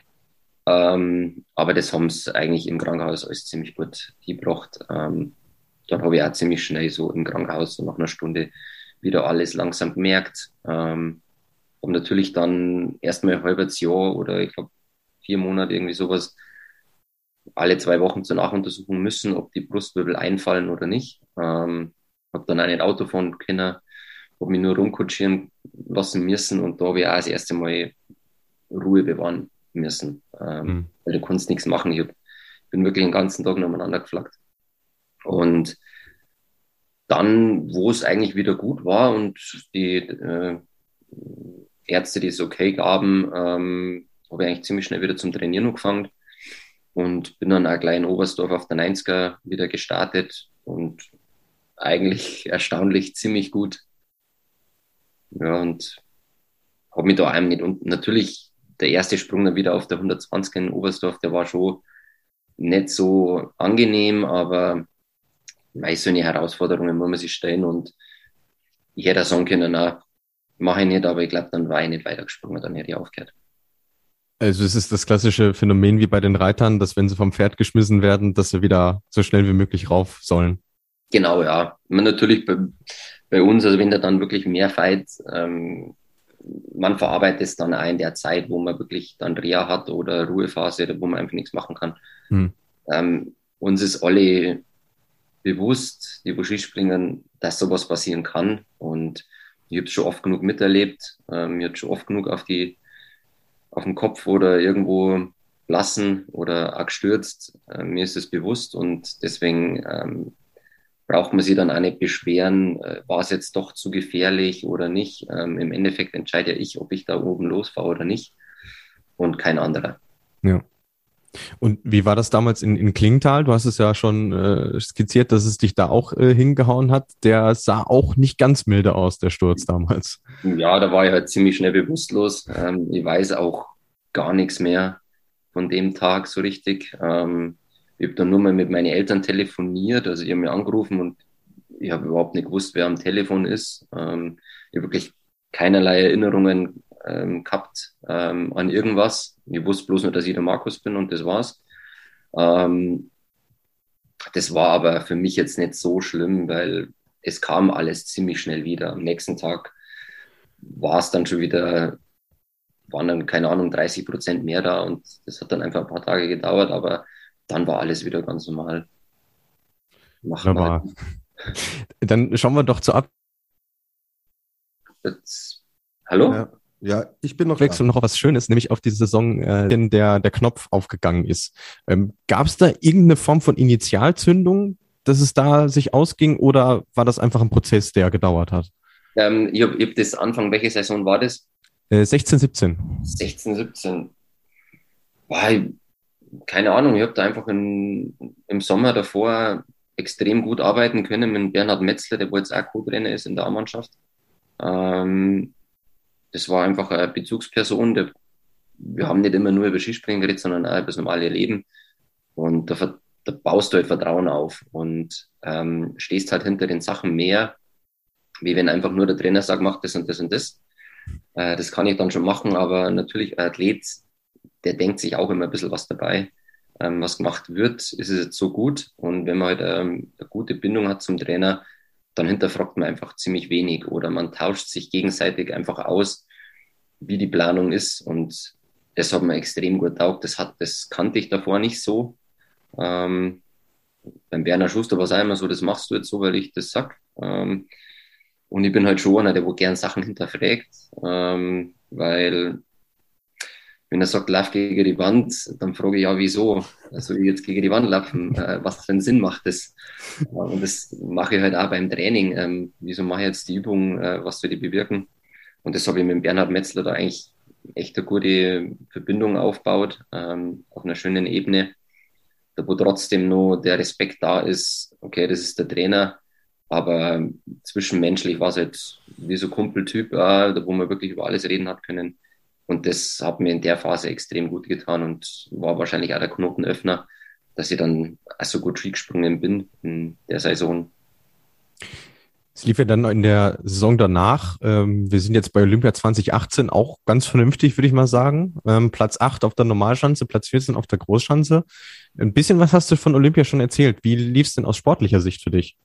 Aber das haben sie eigentlich im Krankenhaus alles ziemlich gut gebracht. Dann habe ich auch ziemlich schnell so im Krankenhaus, so nach einer Stunde, wieder alles langsam gemerkt. Habe natürlich dann erstmal ein halbes Jahr oder ich glaube 4 Monate irgendwie sowas alle 2 Wochen zur Nachuntersuchung müssen, ob die Brustwirbel einfallen oder nicht. Habe dann auch nicht Auto fahren können, habe mich nur rumkutschieren lassen müssen und da habe ich auch das erste Mal Ruhe bewahren müssen. Weil du kannst nichts machen. Ich bin wirklich den ganzen Tag nebeneinander geflaggt. Und dann, wo es eigentlich wieder gut war und die Ärzte, die es okay gaben, habe ich eigentlich ziemlich schnell wieder zum Trainieren angefangen und bin dann auch gleich in Oberstdorf auf der 90er wieder gestartet und eigentlich erstaunlich ziemlich gut. Ja, und habe mich da einem nicht, und natürlich der erste Sprung dann wieder auf der 120 in Oberstdorf, der war schon nicht so angenehm, aber so eine Herausforderungen muss man sich stellen und ich hätte auch sagen können, na, mache ich nicht, aber ich glaube, dann war ich nicht weitergesprungen, dann hätte ich aufgehört. Also es ist das klassische Phänomen wie bei den Reitern, dass wenn sie vom Pferd geschmissen werden, dass sie wieder so schnell wie möglich rauf sollen. Genau, ja. Man natürlich bei uns, also wenn da dann wirklich mehr Fight, man verarbeitet es dann auch in der Zeit, wo man wirklich dann Reha hat oder Ruhephase, wo man einfach nichts machen kann. Hm. Uns ist alle bewusst, die wo Skispringen, dass sowas passieren kann. Und ich habe es schon oft genug miterlebt. Ich habe schon oft genug auf den Kopf oder irgendwo lassen oder auch gestürzt. Mir ist es bewusst und deswegen braucht man sich dann auch nicht beschweren, war es jetzt doch zu gefährlich oder nicht. Im Endeffekt entscheide ja ich, ob ich da oben losfahre oder nicht und kein anderer. Ja. Und wie war das damals in Klingenthal? Du hast es ja schon skizziert, dass es dich da auch hingehauen hat. Der sah auch nicht ganz milde aus, der Sturz damals. Ja, da war ich halt ziemlich schnell bewusstlos. Ich weiß auch gar nichts mehr von dem Tag so richtig. Ich habe dann nur mal mit meinen Eltern telefoniert, also die haben mir angerufen und ich habe überhaupt nicht gewusst, wer am Telefon ist. Ich habe wirklich keinerlei Erinnerungen gehabt an irgendwas. Ich wusste bloß nur, dass ich der Markus bin und das war's. Ähm, Das war aber für mich jetzt nicht so schlimm, weil es kam alles ziemlich schnell wieder. Am nächsten Tag war es dann schon wieder, waren dann, keine Ahnung, 30% mehr da und das hat dann einfach ein paar Tage gedauert, aber dann war alles wieder ganz normal. Macht man Wunderbar. Dann schauen wir doch zur jetzt. Hallo? Ja, ich bin noch Abwechslung noch auf was Schönes, nämlich auf die Saison, der Knopf aufgegangen ist. Gab es da irgendeine Form von Initialzündung, dass es da sich ausging, oder war das einfach ein Prozess, der gedauert hat? Ich hab das Anfang, welche Saison war das? 16, 17. 16, 17. Boah, keine Ahnung, ich habe da einfach im Sommer davor extrem gut arbeiten können mit Bernhard Metzler, der wo jetzt auch Co-Trainer ist in der A-Mannschaft. Das war einfach eine Bezugsperson. Wir haben nicht immer nur über Skispringen geredet, sondern auch über das normale Leben. Und da baust du halt Vertrauen auf und stehst halt hinter den Sachen mehr, wie wenn einfach nur der Trainer sagt, mach das und das und das. Das kann ich dann schon machen, aber natürlich ein Athlet, der denkt sich auch immer ein bisschen was dabei. Was gemacht wird, ist es jetzt so gut. Und wenn man halt eine gute Bindung hat zum Trainer, dann hinterfragt man einfach ziemlich wenig oder man tauscht sich gegenseitig einfach aus, wie die Planung ist. Und das hat mir extrem gut taugt. Das kannte ich davor nicht so. Beim Berner Schuster war es auch immer so, das machst du jetzt so, weil ich das sag. Und ich bin halt schon einer, der wo gern Sachen hinterfragt, weil wenn er sagt, lauf gegen die Wand, dann frage ich, ja, wieso? Also ich jetzt gegen die Wand laufen, was für einen Sinn macht das? Und das mache ich halt auch beim Training. Wieso mache ich jetzt die Übung, was soll die bewirken? Und das habe ich mit Bernhard Metzler da eigentlich echt eine gute Verbindung aufgebaut, auf einer schönen Ebene, da wo trotzdem nur der Respekt da ist, okay, das ist der Trainer, aber zwischenmenschlich war es halt wie so Kumpeltyp, da wo man wirklich über alles reden hat können. Und das hat mir in der Phase extrem gut getan und war wahrscheinlich auch der Knotenöffner, dass ich dann so gut Ski gesprungen bin in der Saison. Es lief ja dann in der Saison danach. Wir sind jetzt bei Olympia 2018 auch ganz vernünftig, würde ich mal sagen. Platz 8 auf der Normalschanze, Platz 14 auf der Großschanze. Ein bisschen was hast du von Olympia schon erzählt. Wie lief es denn aus sportlicher Sicht für dich?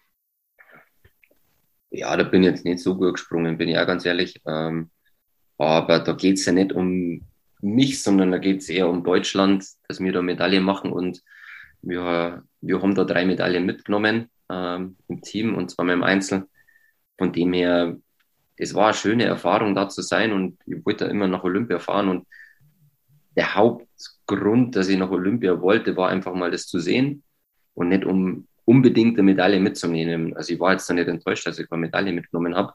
Ja, da bin ich jetzt nicht so gut gesprungen, bin ich auch ganz ehrlich. Aber da geht's ja nicht um mich, sondern da geht's eher um Deutschland, dass wir da Medaillen machen. Und wir haben da 3 Medaillen mitgenommen im Team und zwar im Einzel. Von dem her, es war eine schöne Erfahrung, da zu sein und ich wollte da immer nach Olympia fahren. Und der Hauptgrund, dass ich nach Olympia wollte, war einfach mal das zu sehen und nicht um unbedingt eine Medaille mitzunehmen. Also ich war jetzt da nicht enttäuscht, dass ich keine Medaille mitgenommen habe.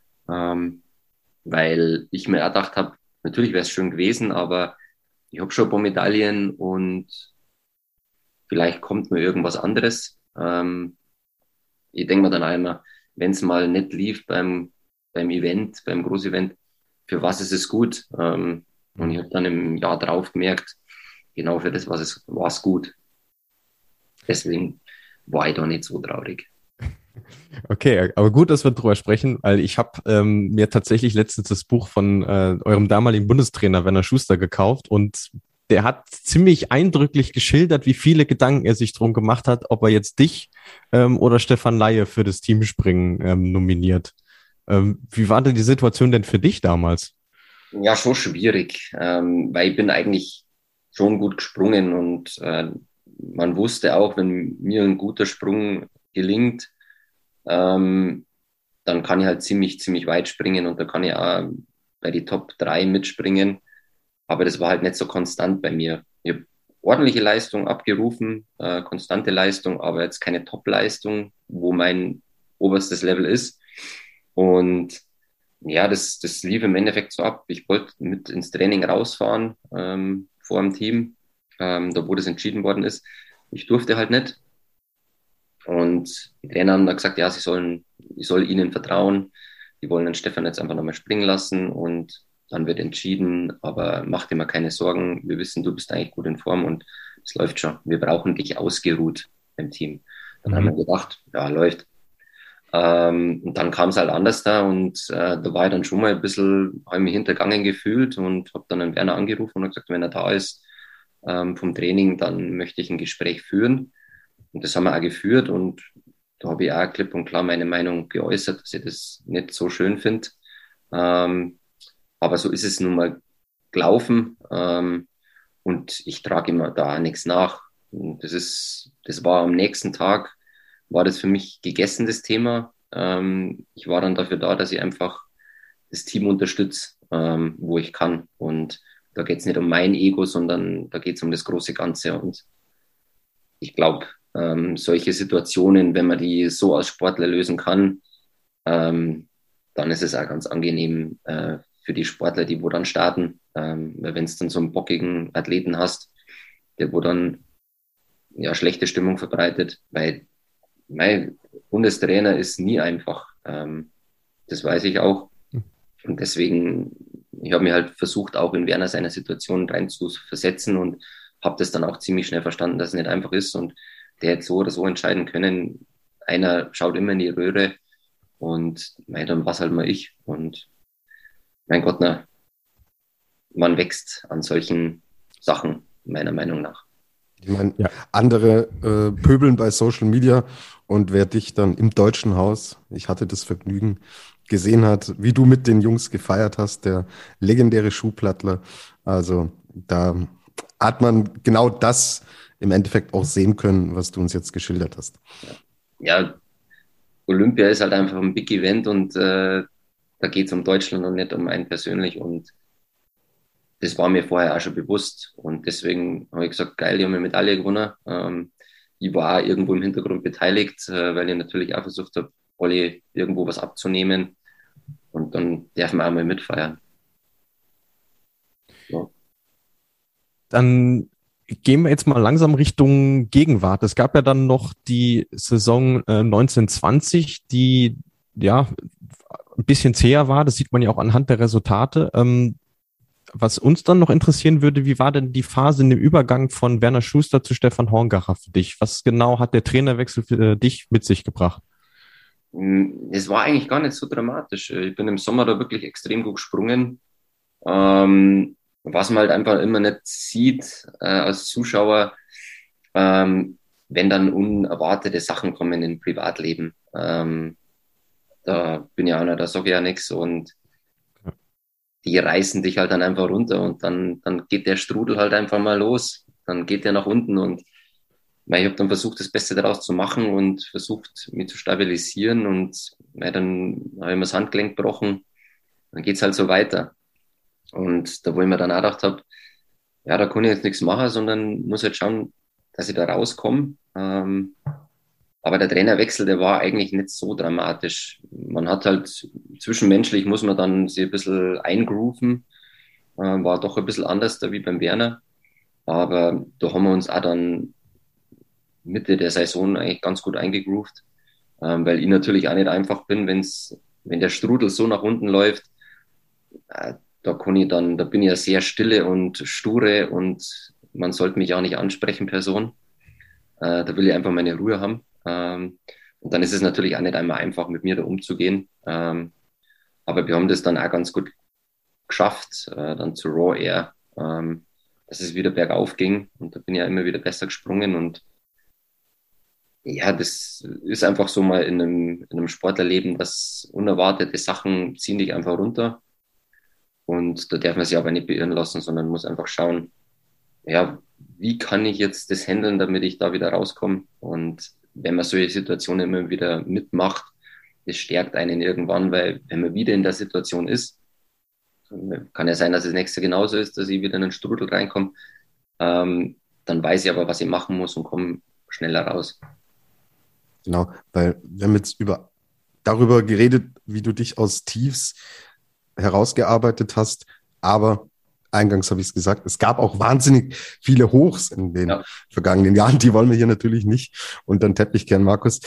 Weil ich mir auch gedacht habe, natürlich wäre es schön gewesen, aber ich habe schon ein paar Medaillen und vielleicht kommt mir irgendwas anderes. Ich denke mir dann einmal, wenn es mal nicht lief beim Event, beim Großevent, für was ist es gut? Und ich habe dann im Jahr drauf gemerkt, genau für das war es gut. Deswegen war ich da nicht so traurig. Okay, aber gut, dass wir drüber sprechen, weil ich habe mir tatsächlich letztens das Buch von eurem damaligen Bundestrainer Werner Schuster gekauft und der hat ziemlich eindrücklich geschildert, wie viele Gedanken er sich drum gemacht hat, ob er jetzt dich oder Stefan Laie für das Teamspringen nominiert. Wie war denn die Situation denn für dich damals? Ja, schon schwierig, weil ich bin eigentlich schon gut gesprungen und man wusste auch, wenn mir ein guter Sprung gelingt, ähm, dann kann ich halt ziemlich weit springen und da kann ich auch bei die Top 3 mitspringen. Aber das war halt nicht so konstant bei mir. Ich habe ordentliche Leistung abgerufen, konstante Leistung, aber jetzt keine Top-Leistung, wo mein oberstes Level ist. Und ja, das lief im Endeffekt so ab. Ich wollte mit ins Training rausfahren vor dem Team, da wo das entschieden worden ist. Ich durfte halt nicht. Und die Trainer haben dann gesagt, ja, ich soll ihnen vertrauen. Die wollen den Stefan jetzt einfach nochmal springen lassen und dann wird entschieden, aber mach dir mal keine Sorgen. Wir wissen, du bist eigentlich gut in Form und es läuft schon. Wir brauchen dich ausgeruht im Team. Dann haben wir gedacht, ja, läuft. Und dann kam es halt anders da und da war ich dann schon mal ein bisschen, habe mich hintergangen gefühlt und habe dann einen Werner angerufen und gesagt, wenn er da ist vom Training, dann möchte ich ein Gespräch führen. Und das haben wir auch geführt und da habe ich auch klipp und klar meine Meinung geäußert, dass ich das nicht so schön finde. Aber so ist es nun mal gelaufen und ich trage immer da nichts nach. Und das war am nächsten Tag, war das für mich gegessen, das Thema. Ich war dann dafür da, dass ich einfach das Team unterstütze, wo ich kann. Und da geht es nicht um mein Ego, sondern da geht es um das große Ganze. Und ich glaube, solche Situationen, wenn man die so als Sportler lösen kann, dann ist es auch ganz angenehm für die Sportler, die wo dann starten. Weil wenn es dann so einen bockigen Athleten hast, der wo dann ja schlechte Stimmung verbreitet, weil mein Bundestrainer ist nie einfach. Das weiß ich auch. Und deswegen, ich habe mir halt versucht, auch in Werner seiner Situation rein zu versetzen und habe das dann auch ziemlich schnell verstanden, dass es nicht einfach ist und der hätte so oder so entscheiden können. Einer schaut immer in die Röhre und dann war es halt mal ich. Und mein Gott, man wächst an solchen Sachen, meiner Meinung nach. Ich meine, ja, andere pöbeln bei Social Media und wer dich dann im Deutschen Haus, ich hatte das Vergnügen, gesehen hat, wie du mit den Jungs gefeiert hast, der legendäre Schuhplattler. Also da hat man genau das im Endeffekt auch sehen können, was du uns jetzt geschildert hast. Ja, Olympia ist halt einfach ein Big Event und da geht es um Deutschland und nicht um einen persönlich und das war mir vorher auch schon bewusst und deswegen habe ich gesagt, geil, die haben eine Medaille gewonnen. Ich war auch irgendwo im Hintergrund beteiligt, weil ich natürlich auch versucht habe, alle irgendwo was abzunehmen und dann dürfen wir auch mal mitfeiern. Ja. Dann gehen wir jetzt mal langsam Richtung Gegenwart. Es gab ja dann noch die Saison 1920, die ja ein bisschen zäher war. Das sieht man ja auch anhand der Resultate. Was uns dann noch interessieren würde, wie war denn die Phase in dem Übergang von Werner Schuster zu Stefan Horngacher für dich? Was genau hat der Trainerwechsel für dich mit sich gebracht? Es war eigentlich gar nicht so dramatisch. Ich bin im Sommer da wirklich extrem gut gesprungen. Was man halt einfach immer nicht sieht als Zuschauer, wenn dann unerwartete Sachen kommen im Privatleben. Da bin ich auch nicht, da sage ich ja nichts und die reißen dich halt dann einfach runter und dann geht der Strudel halt einfach mal los. Dann geht der nach unten und ich habe dann versucht, das Beste daraus zu machen und versucht, mich zu stabilisieren und dann habe ich mir das Handgelenk gebrochen. Dann geht's halt so weiter. Und da, wo ich mir dann auch gedacht habe, ja, da kann ich jetzt nichts machen, sondern muss halt schauen, dass ich da rauskomme. Aber der Trainerwechsel, der war eigentlich nicht so dramatisch. Man hat halt zwischenmenschlich muss man dann sich ein bisschen eingrooven. War doch ein bisschen anders da wie beim Werner. Aber da haben wir uns auch dann Mitte der Saison eigentlich ganz gut eingegroovt. Weil ich natürlich auch nicht einfach bin, wenn der Strudel so nach unten läuft, da bin ich ja sehr stille und sture und man sollte mich auch nicht ansprechen, Person. Da will ich einfach meine Ruhe haben. Und dann ist es natürlich auch nicht einmal einfach, mit mir da umzugehen. Aber wir haben das dann auch ganz gut geschafft, dann zu Raw Air, dass es wieder bergauf ging. Und da bin ich ja immer wieder besser gesprungen. Und ja, das ist einfach so mal in einem Sportlerleben, dass unerwartete Sachen ziehen dich einfach runter. Und da darf man sich aber nicht beirren lassen, sondern muss einfach schauen, ja, wie kann ich jetzt das handeln, damit ich da wieder rauskomme? Und wenn man solche Situationen immer wieder mitmacht, das stärkt einen irgendwann, weil wenn man wieder in der Situation ist, kann ja sein, dass das nächste genauso ist, dass ich wieder in einen Strudel reinkomme, dann weiß ich aber, was ich machen muss und komme schneller raus. Genau, weil wir haben jetzt darüber geredet, wie du dich aus Tiefs herausgearbeitet hast, aber eingangs habe ich es gesagt, es gab auch wahnsinnig viele Hochs in den vergangenen Jahren, die wollen wir hier natürlich nicht unter den Teppich kehren, Markus.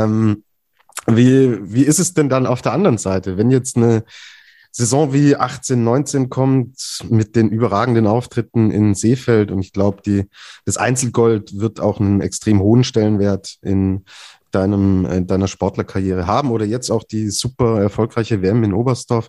Wie ist es denn dann auf der anderen Seite, wenn jetzt eine Saison wie 18, 19 kommt mit den überragenden Auftritten in Seefeld und ich glaube, das Einzelgold wird auch einen extrem hohen Stellenwert in deiner Sportlerkarriere haben oder jetzt auch die super erfolgreiche WM in Oberstdorf.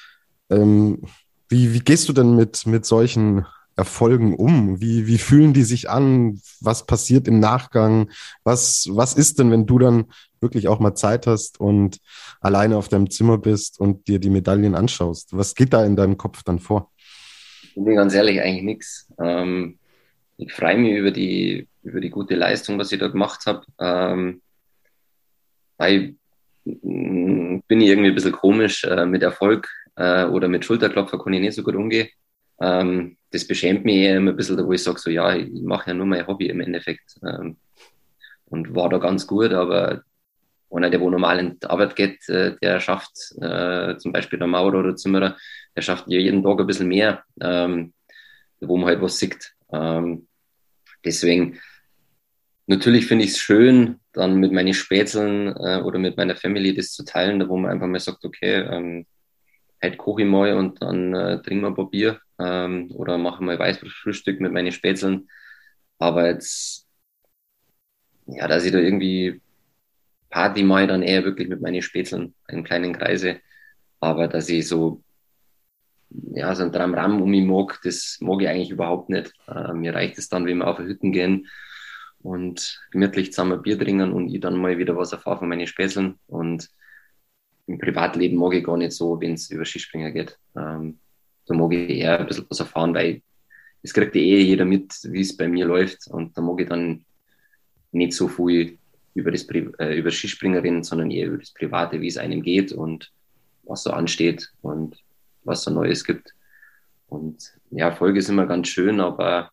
Wie gehst du denn mit solchen Erfolgen um? Wie fühlen die sich an? Was passiert im Nachgang? Was ist denn, wenn du dann wirklich auch mal Zeit hast und alleine auf deinem Zimmer bist und dir die Medaillen anschaust? Was geht da in deinem Kopf dann vor? Ich bin ganz ehrlich, eigentlich nichts. Ich freue mich über die gute Leistung, was ich da gemacht habe. Weil bin ich irgendwie ein bisschen komisch mit Erfolg oder mit Schulterklopfer kann ich nicht so gut umgehen. Das beschämt mich eher immer ein bisschen, wo ich sage, so ja, ich mache ja nur mein Hobby im Endeffekt und war da ganz gut, aber einer, der wo normal in die Arbeit geht, der schafft zum Beispiel der Maurer oder Zimmerer, der schafft jeden Tag ein bisschen mehr, wo man halt was sieht. Deswegen, natürlich finde ich es schön, dann mit meinen Spätzeln oder mit meiner Family das zu teilen, wo man einfach mal sagt, okay, halt koche ich mal und dann trinken wir ein paar Bier oder mache mal Weißbrotfrühstück mit meinen Spätzeln. Aber jetzt, ja, dass ich da irgendwie Party mache, dann eher wirklich mit meinen Spätzeln in kleinen Kreise. Aber dass ich so, ja, so ein Tram-Ram um mich mag, das mag ich eigentlich überhaupt nicht. Mir reicht es dann, wenn wir auf die Hütten gehen und gemütlich zusammen Bier trinken und ich dann mal wieder was erfahre von meinen Spätzeln. Und im Privatleben mag ich gar nicht so, wenn es über Skispringer geht. Da mag ich eher ein bisschen was erfahren, weil es kriegt ja eh jeder mit, wie es bei mir läuft. Und da mag ich dann nicht so viel über das Skispringen reden, sondern eher über das Private, wie es einem geht und was so ansteht und was so Neues gibt. Und ja, Erfolg ist immer ganz schön, aber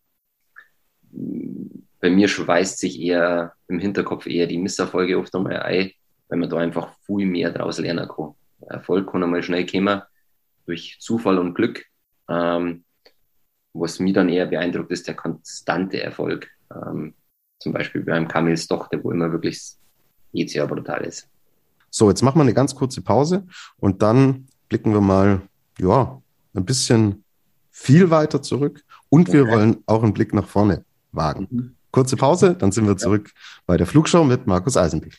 bei mir schweißt sich eher im Hinterkopf eher die Misserfolge oft einmal ein, weil man da einfach viel mehr draus lernen kann. Erfolg kann einmal schnell kommen, durch Zufall und Glück. Was mich dann eher beeindruckt, ist der konstante Erfolg. Zum Beispiel beim Kamils Tochter, wo immer wirklich jedes Jahr brutal ist. So, jetzt machen wir eine ganz kurze Pause und dann blicken wir mal, ja, ein bisschen viel weiter zurück und wir wollen auch einen Blick nach vorne wagen. Kurze Pause, dann sind wir zurück bei der Flugshow mit Markus Eisenbichler.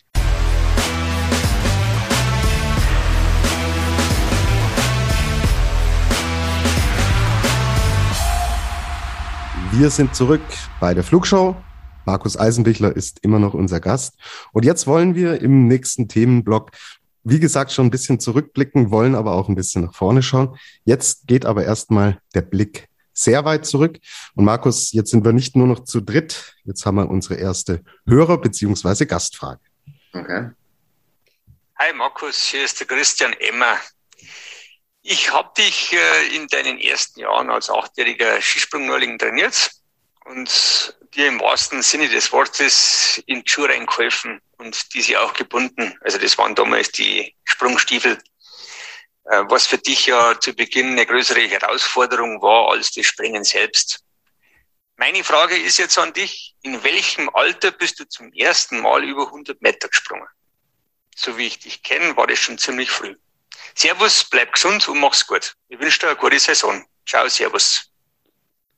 Wir sind zurück bei der Flugshow. Markus Eisenbichler ist immer noch unser Gast. Und jetzt wollen wir im nächsten Themenblock, wie gesagt, schon ein bisschen zurückblicken, wollen aber auch ein bisschen nach vorne schauen. Jetzt geht aber erstmal der Blick sehr weit zurück. Und Markus, jetzt sind wir nicht nur noch zu dritt. Jetzt haben wir unsere erste Hörer- bzw. Gastfrage. Okay. Hi Markus, hier ist der Christian Emmer. Ich habe dich in deinen ersten Jahren als 8-jähriger Skisprungneuling trainiert und dir im wahrsten Sinne des Wortes in die Schuhe reingeholfen und diese auch gebunden. Also das waren damals die Sprungstiefel, was für dich ja zu Beginn eine größere Herausforderung war als das Springen selbst. Meine Frage ist jetzt an dich, in welchem Alter bist du zum ersten Mal über 100 Meter gesprungen? So wie ich dich kenne, war das schon ziemlich früh. Servus, bleib gesund und mach's gut. Ich wünsche dir eine gute Saison. Ciao, servus.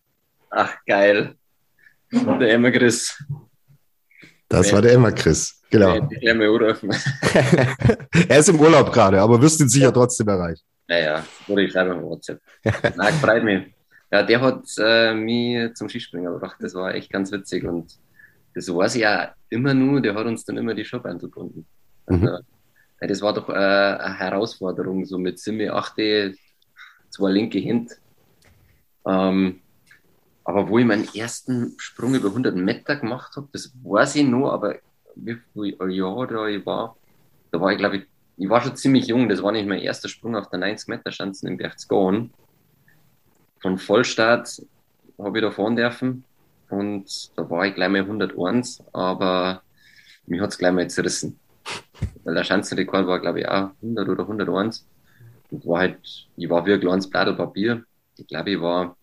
Ach, geil. Der Emma Chris. Das war der Emma Chris, Genau. Ich will mal anrufen. Er ist im Urlaub gerade, aber wirst ihn sicher trotzdem erreichen. Naja, oder ich schreibe auf WhatsApp. Nein, freut mich. Ja, der hat mich zum Skispringen gebracht. Das war echt ganz witzig. Und das weiß ich ja immer nur, der hat uns dann immer die Schuhband gebunden. Also, das war doch eine Herausforderung, so mit 7, 8, 2 linke Hände. Aber wo ich meinen ersten Sprung über 100 Meter gemacht habe, das weiß ich noch, aber wie viel Jahr da war ich, glaube ich war schon ziemlich jung, das war nicht mein erster Sprung auf der 90-Meter-Schanze in Berchtesgaden. Von Vollstart habe ich da fahren dürfen und da war ich gleich mal 101, aber mich hat es gleich mal zerrissen. Weil der Schanzenrekord war, glaube ich, auch 100 oder 101. Und ich war wie ein kleines Blatt Papier. Ich glaube, ich war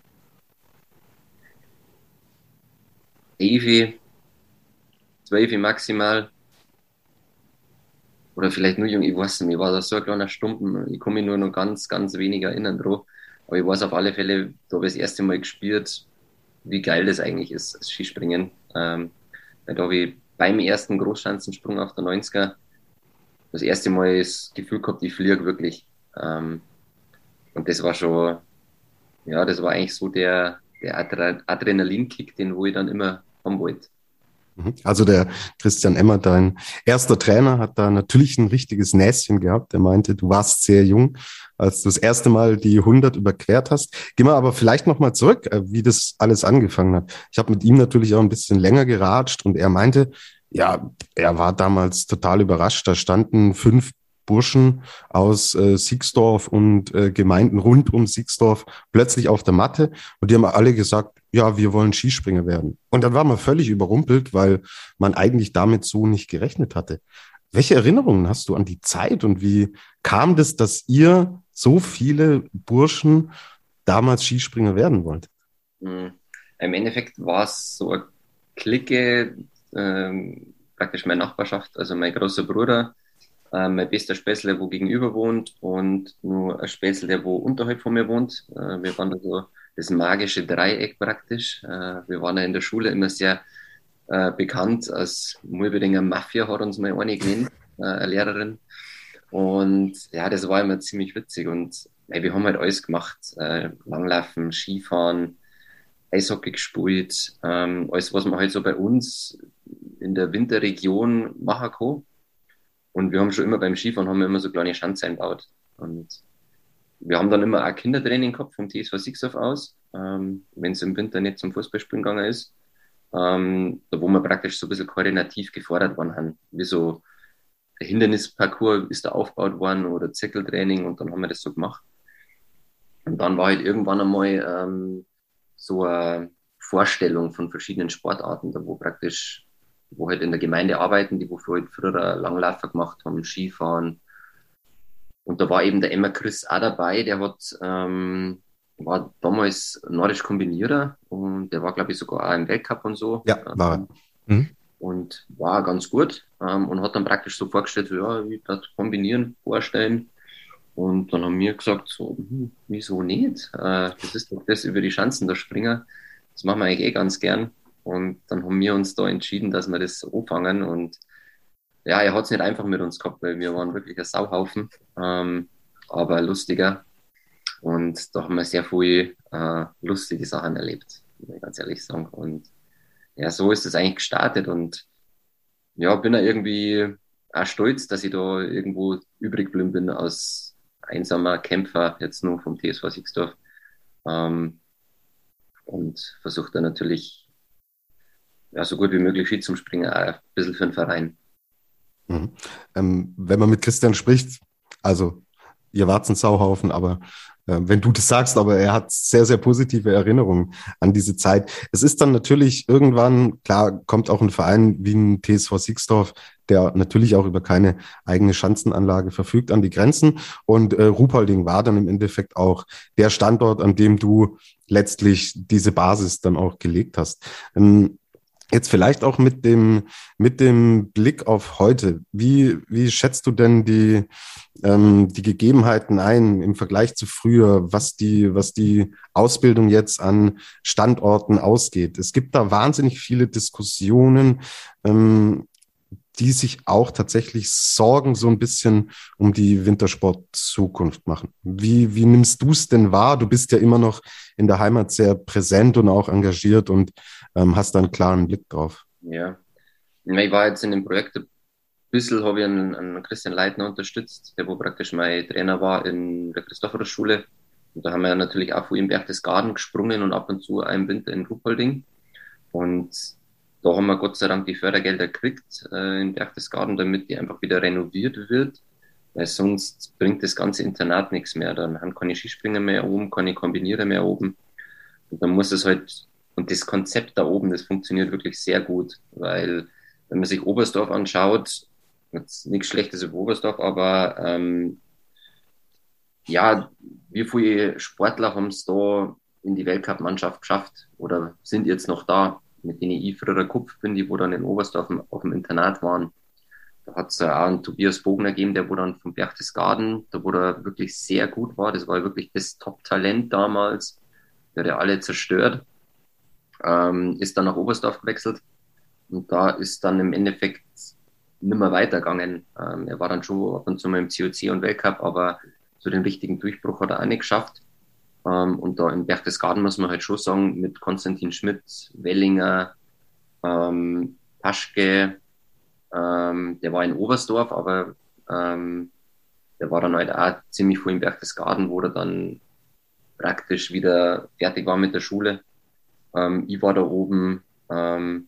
11, 12 maximal. Oder vielleicht nur jung, ich weiß nicht, ich war da so ein kleiner Stumpen. Ich kann mich nur noch ganz, ganz wenig erinnern dran. Aber ich weiß auf alle Fälle, da habe ich das erste Mal gespürt, wie geil das eigentlich ist, das Skispringen. Weil da habe ich beim ersten Großschanzensprung auf der 90er das erste Mal das Gefühl gehabt, ich fliege wirklich. Und das war schon, ja, das war eigentlich so der Adrenalinkick, den wo ich dann immer haben wollte. Also der Christian Emmer, dein erster Trainer, hat da natürlich ein richtiges Näschen gehabt. Er meinte, du warst sehr jung, als du das erste Mal die 100 überquert hast. Gehen wir aber vielleicht nochmal zurück, wie das alles angefangen hat. Ich habe mit ihm natürlich auch ein bisschen länger geratscht und er meinte, ja, er war damals total überrascht. Da standen 5 Burschen aus Sixdorf und Gemeinden rund um Sixdorf plötzlich auf der Matte und die haben alle gesagt, ja, wir wollen Skispringer werden. Und dann war man völlig überrumpelt, weil man eigentlich damit so nicht gerechnet hatte. Welche Erinnerungen hast du an die Zeit und wie kam das, dass ihr so viele Burschen damals Skispringer werden wollt? Im Endeffekt war es so eine Clique, praktisch meine Nachbarschaft, also mein großer Bruder, mein bester Spätzle, wo gegenüber wohnt und nur ein Spätzle, der wo unterhalb von mir wohnt. Wir waren da so das magische Dreieck praktisch. Wir waren ja in der Schule immer sehr bekannt als Mulberdinger Mafia, hat uns mal eine genannt, eine Lehrerin. Und ja, das war immer ziemlich witzig und wir haben halt alles gemacht. Langlaufen, Skifahren, Eishockey gespielt, alles, was man halt so bei uns in der Winterregion machen kann. Und wir haben schon immer beim Skifahren haben wir immer so kleine Schanze eingebaut. Und wir haben dann immer auch Kindertraining gehabt vom TSV Sixdorf aus, wenn es im Winter nicht zum Fußballspielen gegangen ist. Da wo wir praktisch so ein bisschen koordinativ gefordert worden haben. Wie so der Hindernisparcours ist da aufgebaut worden oder Zirkeltraining und dann haben wir das so gemacht. Und dann war halt irgendwann einmal so eine Vorstellung von verschiedenen Sportarten, da wo halt in der Gemeinde arbeiten, die wo halt früher Langläufer gemacht haben, Skifahren. Und da war eben der Emma Chris auch dabei, der war damals nordisch Kombinierer und der war, glaube ich, sogar auch im Weltcup und so. Ja, war er. Und war ganz gut und hat dann praktisch so vorgestellt, so, ja, ich das kombinieren, vorstellen. Und dann haben wir gesagt, so, wieso nicht? Das ist doch das über die Schanzen, da springen. Das machen wir eigentlich ganz gern. Und dann haben wir uns da entschieden, dass wir das anfangen. Und ja, er hat es nicht einfach mit uns gehabt, weil wir waren wirklich ein Sauhaufen, aber lustiger. Und da haben wir sehr viele lustige Sachen erlebt, muss ich ganz ehrlich sagen. Und ja, so ist es eigentlich gestartet. Und ja, bin da irgendwie auch stolz, dass ich da irgendwo übrig geblieben bin als einsamer Kämpfer, jetzt nur vom TSV Sixdorf. Und versuche da natürlich ja, so gut wie möglich Ski zum Springen, auch ein bisschen für den Verein. Wenn man mit Christian spricht, also ihr wart ein Sauhaufen, aber wenn du das sagst, aber er hat sehr, sehr positive Erinnerungen an diese Zeit. Es ist dann natürlich irgendwann, klar, kommt auch ein Verein wie ein TSV Sixdorf, der natürlich auch über keine eigene Schanzenanlage verfügt, an die Grenzen. Und Ruhpolding war dann im Endeffekt auch der Standort, an dem du letztlich diese Basis dann auch gelegt hast. Jetzt vielleicht auch mit dem Blick auf heute. Wie schätzt du denn die Gegebenheiten ein im Vergleich zu früher, was die Ausbildung jetzt an Standorten ausgeht? Es gibt da wahnsinnig viele Diskussionen, die sich auch tatsächlich Sorgen so ein bisschen um die Wintersport-Zukunft machen. Wie nimmst du es denn wahr? Du bist ja immer noch in der Heimat sehr präsent und auch engagiert und hast da einen klaren Blick drauf. Ja, ich war jetzt in dem Projekt ein bisschen, habe ich einen Christian Leitner unterstützt, der wo praktisch mein Trainer war in der Christophorus-Schule. Und da haben wir natürlich auch vor ihm Berchtesgaden gesprungen und ab und zu einen Winter in Ruppolding. Und da haben wir Gott sei Dank die Fördergelder gekriegt in Berchtesgaden, damit die einfach wieder renoviert wird, weil sonst bringt das ganze Internat nichts mehr. Dann haben keine Skispringer mehr oben, keine Kombinierer mehr oben. Und dann muss es halt, und das Konzept da oben, das funktioniert wirklich sehr gut, weil wenn man sich Oberstdorf anschaut, jetzt nichts Schlechtes über Oberstdorf, aber ja, wie viele Sportler haben es da in die Weltcup-Mannschaft geschafft oder sind jetzt noch da, mit denen ich früher Kupf bin, die wo dann in Oberstdorf auf dem Internat waren. Da hat es auch einen Tobias Bogner gegeben, der wo dann von Berchtesgaden, da wo er wirklich sehr gut war, das war wirklich das Top-Talent damals, der hat ja alle zerstört, ist dann nach Oberstdorf gewechselt und da ist dann im Endeffekt nimmer weitergegangen. Er war dann schon ab und zu mal im COC und Weltcup, aber so den richtigen Durchbruch hat er auch nicht geschafft. Und da in Berchtesgaden muss man halt schon sagen, mit Konstantin Schmidt, Wellinger, Paschke, der war in Oberstdorf, aber der war dann halt auch ziemlich früh in Berchtesgaden, wo er dann praktisch wieder fertig war mit der Schule. Ich war da oben, wer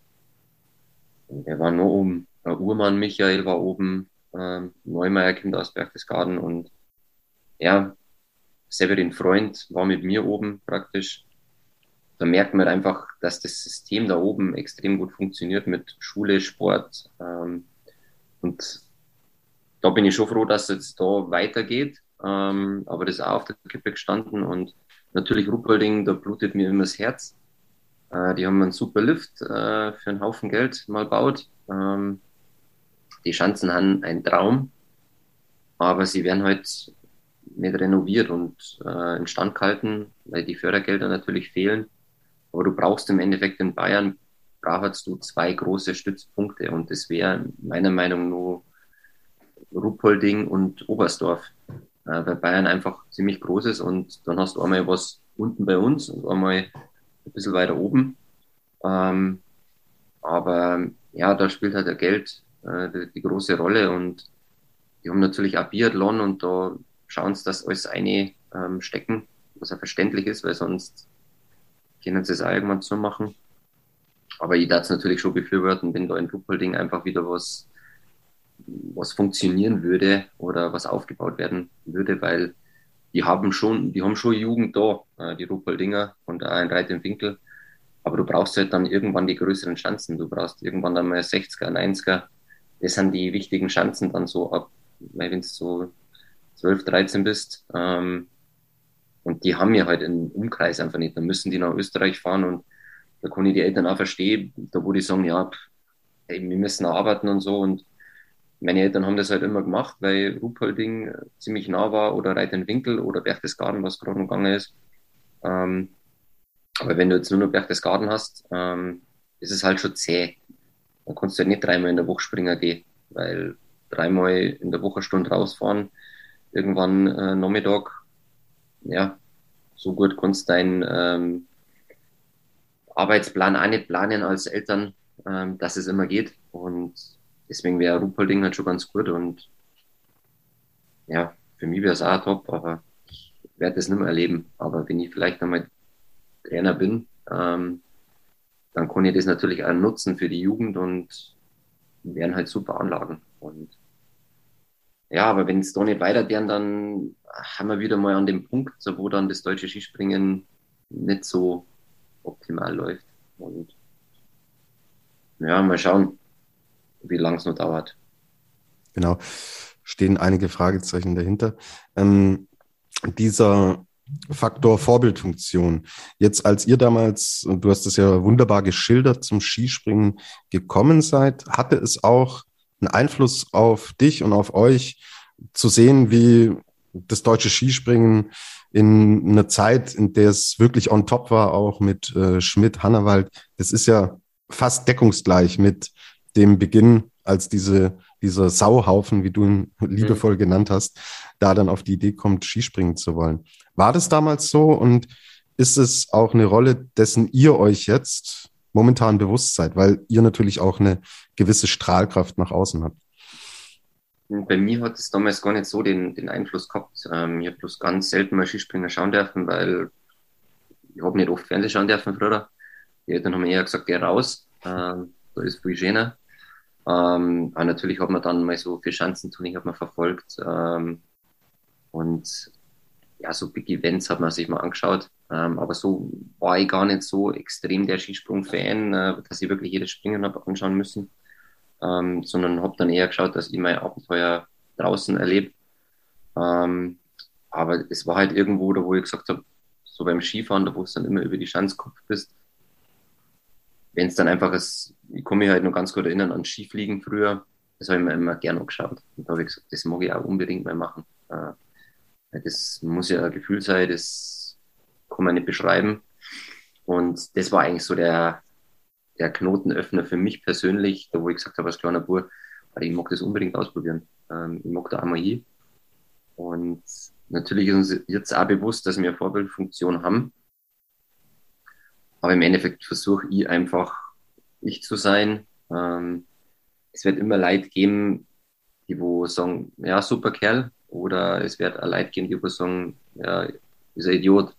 war noch oben? Uhrmann Michael war oben, Neumeier kommt aus Berchtesgaden und ja, Severin Freund war mit mir oben praktisch. Da merkt man einfach, dass das System da oben extrem gut funktioniert mit Schule, Sport. Und da bin ich schon froh, dass es jetzt da weitergeht. Aber das ist auch auf der Kippe gestanden. Und natürlich Ruppolding, da blutet mir immer das Herz. Die haben einen super Lift für einen Haufen Geld mal gebaut. Die Schanzen haben einen Traum. Aber sie werden halt nicht renoviert und instand gehalten, weil die Fördergelder natürlich fehlen. Aber du brauchst im Endeffekt in Bayern, brauchst du 2 große Stützpunkte und das wäre meiner Meinung nach nur Ruppolding und Oberstdorf, weil Bayern einfach ziemlich groß ist und dann hast du einmal was unten bei uns und einmal ein bisschen weiter oben. Aber ja, da spielt halt der Geld die große Rolle und die haben natürlich auch Biathlon und da schauen sie, dass alles eine stecken, was ja verständlich ist, weil sonst können sie es auch irgendwann so machen. Aber ich darf es natürlich schon befürworten, wenn da in Ruppolding einfach wieder was funktionieren würde oder was aufgebaut werden würde, weil die haben schon Jugend da, die Ruppoldinger und auch ein Reit im Winkel. Aber du brauchst halt dann irgendwann die größeren Schanzen. Du brauchst irgendwann dann mal 60er, 90er. Das sind die wichtigen Schanzen dann so ab, wenn du so 12, 13 bist. Und die haben wir halt im Umkreis einfach nicht. Dann müssen die nach Österreich fahren und da kann ich die Eltern auch verstehen, da wo die sagen, ja, hey, wir müssen arbeiten und so. Und meine Eltern haben das halt immer gemacht, weil Ruppolding ziemlich nah war oder Reit im Winkel oder Berchtesgaden, was gerade noch gegangen ist. Aber wenn du jetzt nur noch Berchtesgaden hast, ist es halt schon zäh. Dann kannst du halt nicht 3-mal in der Woche springen gehen, weil 3-mal in der Woche eine Stunde rausfahren, irgendwann Nachmittag, ja, so gut kannst du deinen Arbeitsplan auch nicht planen als Eltern, dass es immer geht. Und deswegen wäre Ruppolding halt schon ganz gut. Und ja, für mich wäre es auch top, aber ich werde das nicht mehr erleben. Aber wenn ich vielleicht einmal Trainer bin, dann kann ich das natürlich auch nutzen für die Jugend und werden halt super Anlagen. Und ja, aber wenn es da nicht weiter werden, dann haben wir wieder mal an dem Punkt, so wo dann das deutsche Skispringen nicht so optimal läuft. Und ja, mal schauen, wie lange es noch dauert. Genau, stehen einige Fragezeichen dahinter. Dieser Faktor Vorbildfunktion. Jetzt, als ihr damals, du hast es ja wunderbar geschildert, zum Skispringen gekommen seid, hatte es auch einen Einfluss auf dich und auf euch, zu sehen, wie das deutsche Skispringen in einer Zeit, in der es wirklich on top war, auch mit Schmidt, Hannawald, das ist ja fast deckungsgleich mit dem Beginn als dieser Sauhaufen, wie du ihn liebevoll genannt hast, da dann auf die Idee kommt, Skispringen zu wollen. War das damals so und ist es auch eine Rolle, dessen ihr euch jetzt momentan bewusst seid, weil ihr natürlich auch eine gewisse Strahlkraft nach außen habt? Bei mir hat es damals gar nicht so den Einfluss gehabt. Ich habe bloß ganz selten mal Skispringen schauen dürfen, weil ich habe nicht oft Fernsehen schauen dürfen früher. Die Eltern haben mir eher gesagt, geh raus, da ist viel schöner. Aber natürlich hat man dann mal so viel Schanzenturnier hat man verfolgt. Und ja, so Big Events hat man sich mal angeschaut. Aber so war ich gar nicht so extrem der Skisprung-Fan, dass ich wirklich jedes Springen habe anschauen müssen. Sondern habe dann eher geschaut, dass ich mein Abenteuer draußen erlebe. Aber es war halt irgendwo, da wo ich gesagt habe, so beim Skifahren, da wo es dann immer über die Schanze gekommen bist, wenn es dann einfach ist, ich kann mich halt noch ganz gut erinnern an Skifliegen früher, das habe ich mir immer gerne angeschaut. Und da habe ich gesagt, das mag ich auch unbedingt mal machen. Das muss ja ein Gefühl sein, das kann man nicht beschreiben. Und das war eigentlich so der Knotenöffner für mich persönlich, da wo ich gesagt habe, als kleiner Bub, ich mag das unbedingt ausprobieren. Ich mag da einmal hin. Und natürlich ist uns jetzt auch bewusst, dass wir eine Vorbildfunktion haben. Aber im Endeffekt versuche ich einfach, ich zu sein. Es wird immer Leute geben, die wo sagen, ja, super Kerl. Oder es wird auch Leute geben, die wo sagen, ja, ist ein Idiot.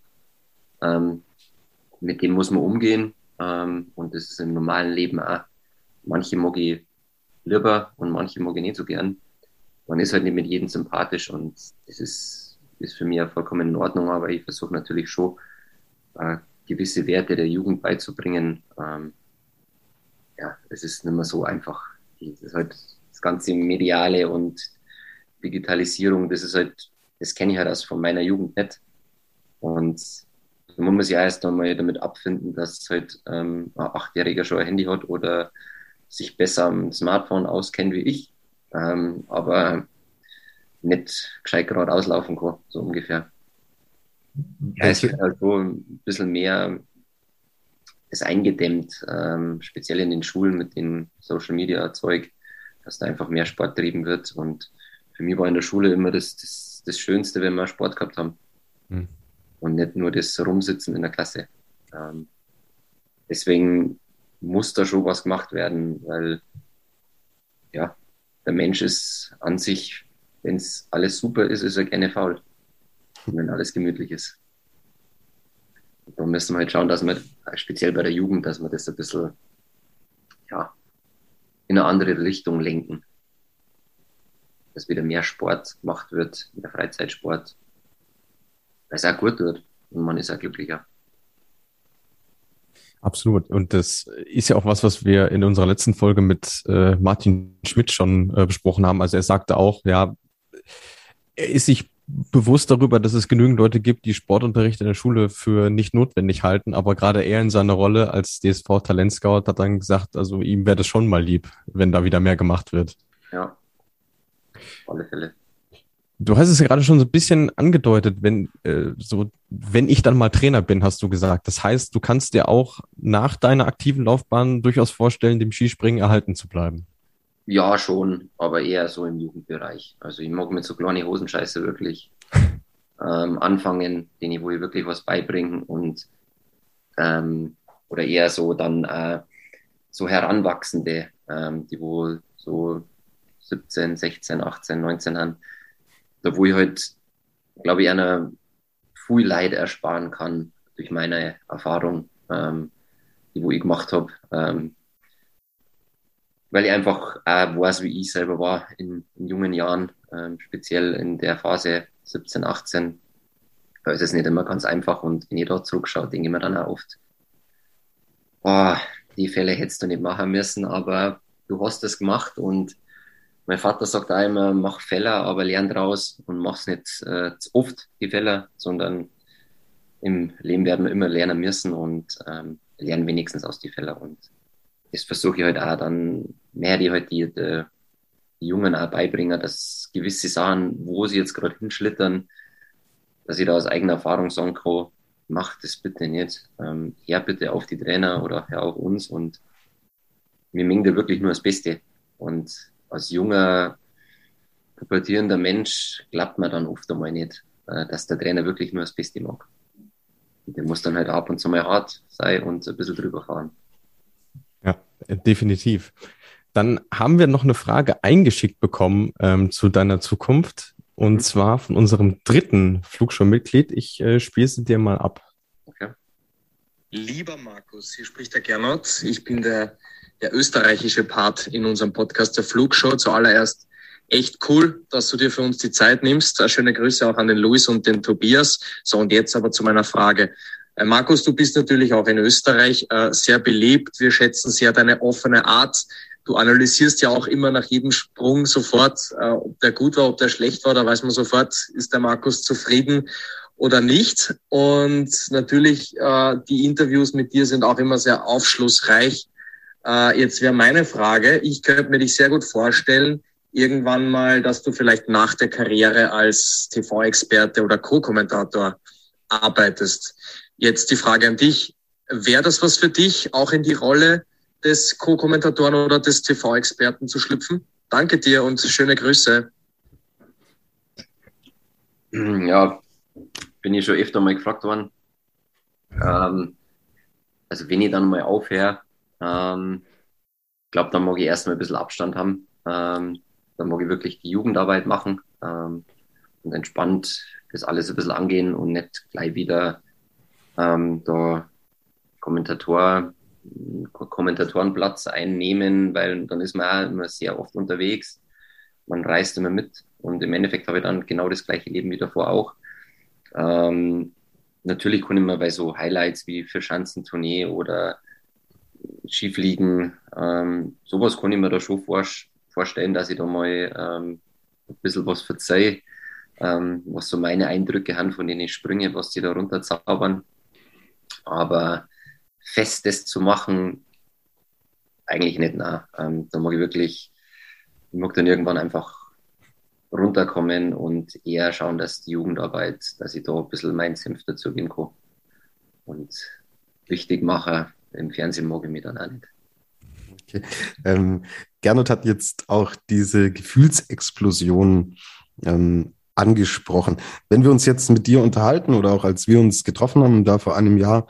Mit dem muss man umgehen. Und das ist im normalen Leben auch. Manche mag ich lieber und manche mag ich nicht so gern. Man ist halt nicht mit jedem sympathisch und das ist für mich ja vollkommen in Ordnung, aber ich versuche natürlich schon, gewisse Werte der Jugend beizubringen. Ja, es ist nicht mehr so einfach. Das ist halt das ganze Mediale und Digitalisierung, das kenne ich halt aus von meiner Jugend nicht. Und da muss man sich erst einmal damit abfinden, dass halt ein Achtjähriger schon ein Handy hat oder sich besser am Smartphone auskennt wie ich, aber nicht gescheit gerade auslaufen kann, so ungefähr. Ja, es wird halt so ein bisschen mehr ist eingedämmt, speziell in den Schulen mit dem Social Media Zeug, dass da einfach mehr Sport trieben wird. Und für mich war in der Schule immer das Schönste, wenn wir Sport gehabt haben. Und nicht nur das Rumsitzen in der Klasse. Deswegen muss da schon was gemacht werden, weil ja, der Mensch ist an sich, wenn es alles super ist, ist er gerne faul. Und wenn alles gemütlich ist. Und da müssen wir halt schauen, dass wir, speziell bei der Jugend, dass wir das ein bisschen ja, in eine andere Richtung lenken. Dass wieder mehr Sport gemacht wird, mehr Freizeitsport. Weil es auch gut wird und man ist auch glücklicher. Absolut. Und das ist ja auch was wir in unserer letzten Folge mit Martin Schmidt schon besprochen haben. Also er sagte auch, ja, er ist sich bewusst darüber, dass es genügend Leute gibt, die Sportunterricht in der Schule für nicht notwendig halten. Aber gerade er in seiner Rolle als DSV-Talentscout hat dann gesagt, also ihm wäre das schon mal lieb, wenn da wieder mehr gemacht wird. Ja, auf alle Fälle. Du hast es ja gerade schon so ein bisschen angedeutet, wenn ich dann mal Trainer bin, hast du gesagt. Das heißt, du kannst dir auch nach deiner aktiven Laufbahn durchaus vorstellen, dem Skispringen erhalten zu bleiben. Ja, schon, aber eher so im Jugendbereich. Also ich mag mit so kleine Hosenscheiße wirklich anfangen, denen wo ich wirklich was beibringen und oder eher so dann so Heranwachsende, die wo so 17, 16, 18, 19 haben. Da wo ich halt, glaube ich, einer viel Leid ersparen kann durch meine Erfahrung, die wo ich gemacht habe. Weil ich einfach weiß, wie ich selber war in jungen Jahren, speziell in der Phase 17, 18. Da ist es nicht immer ganz einfach und wenn ich da zurückschaue, denke ich mir dann auch oft, oh, die Fälle hättest du nicht machen müssen, aber du hast es gemacht und mein Vater sagt auch immer, mach Fehler, aber lern draus und mach's nicht zu oft, die Fehler, sondern im Leben werden wir immer lernen müssen und lernen wenigstens aus die Fehler. Und das versuche ich halt auch dann mehr, die Jungen auch beibringen, dass gewisse Sachen, wo sie jetzt gerade hinschlittern, dass ich da aus eigener Erfahrung sagen kann, mach das bitte nicht. Hör bitte auf die Trainer oder hör auf uns und wir mengen dir wirklich nur das Beste. Und als junger, pubertierender Mensch glaubt man dann oft einmal nicht, dass der Trainer wirklich nur das Beste mag. Der muss dann halt ab und zu mal hart sein und ein bisschen drüber fahren. Ja, definitiv. Dann haben wir noch eine Frage eingeschickt bekommen zu deiner Zukunft. Und zwar von unserem dritten Flugshow-Mitglied. Ich spiele sie dir mal ab. Okay. Lieber Markus, hier spricht der Gernot. Ich bin der österreichische Part in unserem Podcast der Flugshow. Zuallererst echt cool, dass du dir für uns die Zeit nimmst. Schöne Grüße auch an den Luis und den Tobias. So, und jetzt aber zu meiner Frage. Markus, du bist natürlich auch in Österreich sehr beliebt. Wir schätzen sehr deine offene Art. Du analysierst ja auch immer nach jedem Sprung sofort, ob der gut war, ob der schlecht war. Da weiß man sofort, ist der Markus zufrieden oder nicht. Und natürlich, die Interviews mit dir sind auch immer sehr aufschlussreich. Jetzt wäre meine Frage, ich könnte mir dich sehr gut vorstellen, irgendwann mal, dass du vielleicht nach der Karriere als TV-Experte oder Co-Kommentator arbeitest. Jetzt die Frage an dich, wäre das was für dich, auch in die Rolle des Co-Kommentatoren oder des TV-Experten zu schlüpfen? Danke dir und schöne Grüße. Ja, bin ich schon öfter mal gefragt worden. Also wenn ich dann mal aufhöre, glaube, dann mag ich erstmal ein bisschen Abstand haben. Dann mag ich wirklich die Jugendarbeit machen und entspannt das alles ein bisschen angehen und nicht gleich wieder da Kommentatorenplatz einnehmen, weil dann ist man auch immer sehr oft unterwegs. Man reist immer mit und im Endeffekt habe ich dann genau das gleiche Leben wie davor auch. Natürlich kann ich mir bei so Highlights wie für Schanzentournee oder Skifliegen, sowas kann ich mir da schon vorstellen, dass ich da mal ein bisschen was verzeihe, was so meine Eindrücke haben von den Sprüngen, was die da runterzaubern. Aber Festes zu machen, eigentlich nicht, nein. Da mag ich mag dann irgendwann einfach runterkommen und eher schauen, dass die Jugendarbeit, dass ich da ein bisschen meinen Senf dazu geben kann. Und wichtig mache, im Fernsehen mag ich mich dann auch nicht. Okay. Gernot hat jetzt auch diese Gefühlsexplosion angesprochen. Wenn wir uns jetzt mit dir unterhalten oder auch als wir uns getroffen haben, da vor einem Jahr,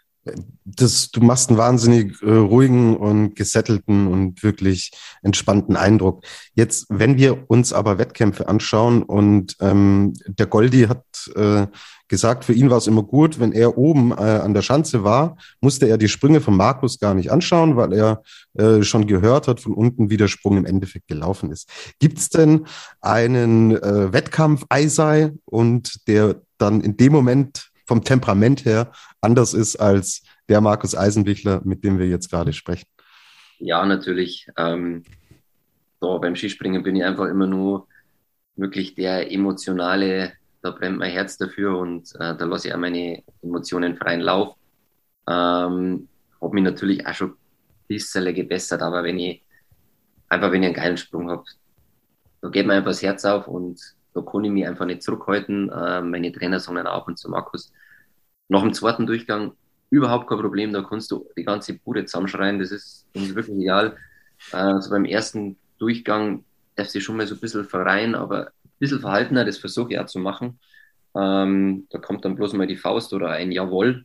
du machst einen wahnsinnig ruhigen und gesettelten und wirklich entspannten Eindruck. Jetzt, wenn wir uns aber Wettkämpfe anschauen und der Goldi hat gesagt, für ihn war es immer gut, wenn er oben an der Schanze war, musste er die Sprünge von Markus gar nicht anschauen, weil er schon gehört hat von unten, wie der Sprung im Endeffekt gelaufen ist. Gibt es denn einen Wettkampf Eisei und der dann in dem Moment vom Temperament her anders ist als der Markus Eisenbichler, mit dem wir jetzt gerade sprechen? Ja, natürlich. Da beim Skispringen bin ich einfach immer nur wirklich der emotionale, da brennt mein Herz dafür und da lasse ich auch meine Emotionen freien Lauf. Habe mich natürlich auch schon ein bisschen gebessert, aber wenn ich einen geilen Sprung habe, da geht mir einfach das Herz auf und da kann ich mich einfach nicht zurückhalten. Meine Trainer sagen dann auch und zu Markus, nach dem zweiten Durchgang überhaupt kein Problem, da kannst du die ganze Bude zusammenschreien, das ist uns wirklich egal. Also beim ersten Durchgang darfst du schon mal so ein bisschen verreihen, aber ein bisschen verhaltener, das versuche ich auch zu machen. Da kommt dann bloß mal die Faust oder ein Jawohl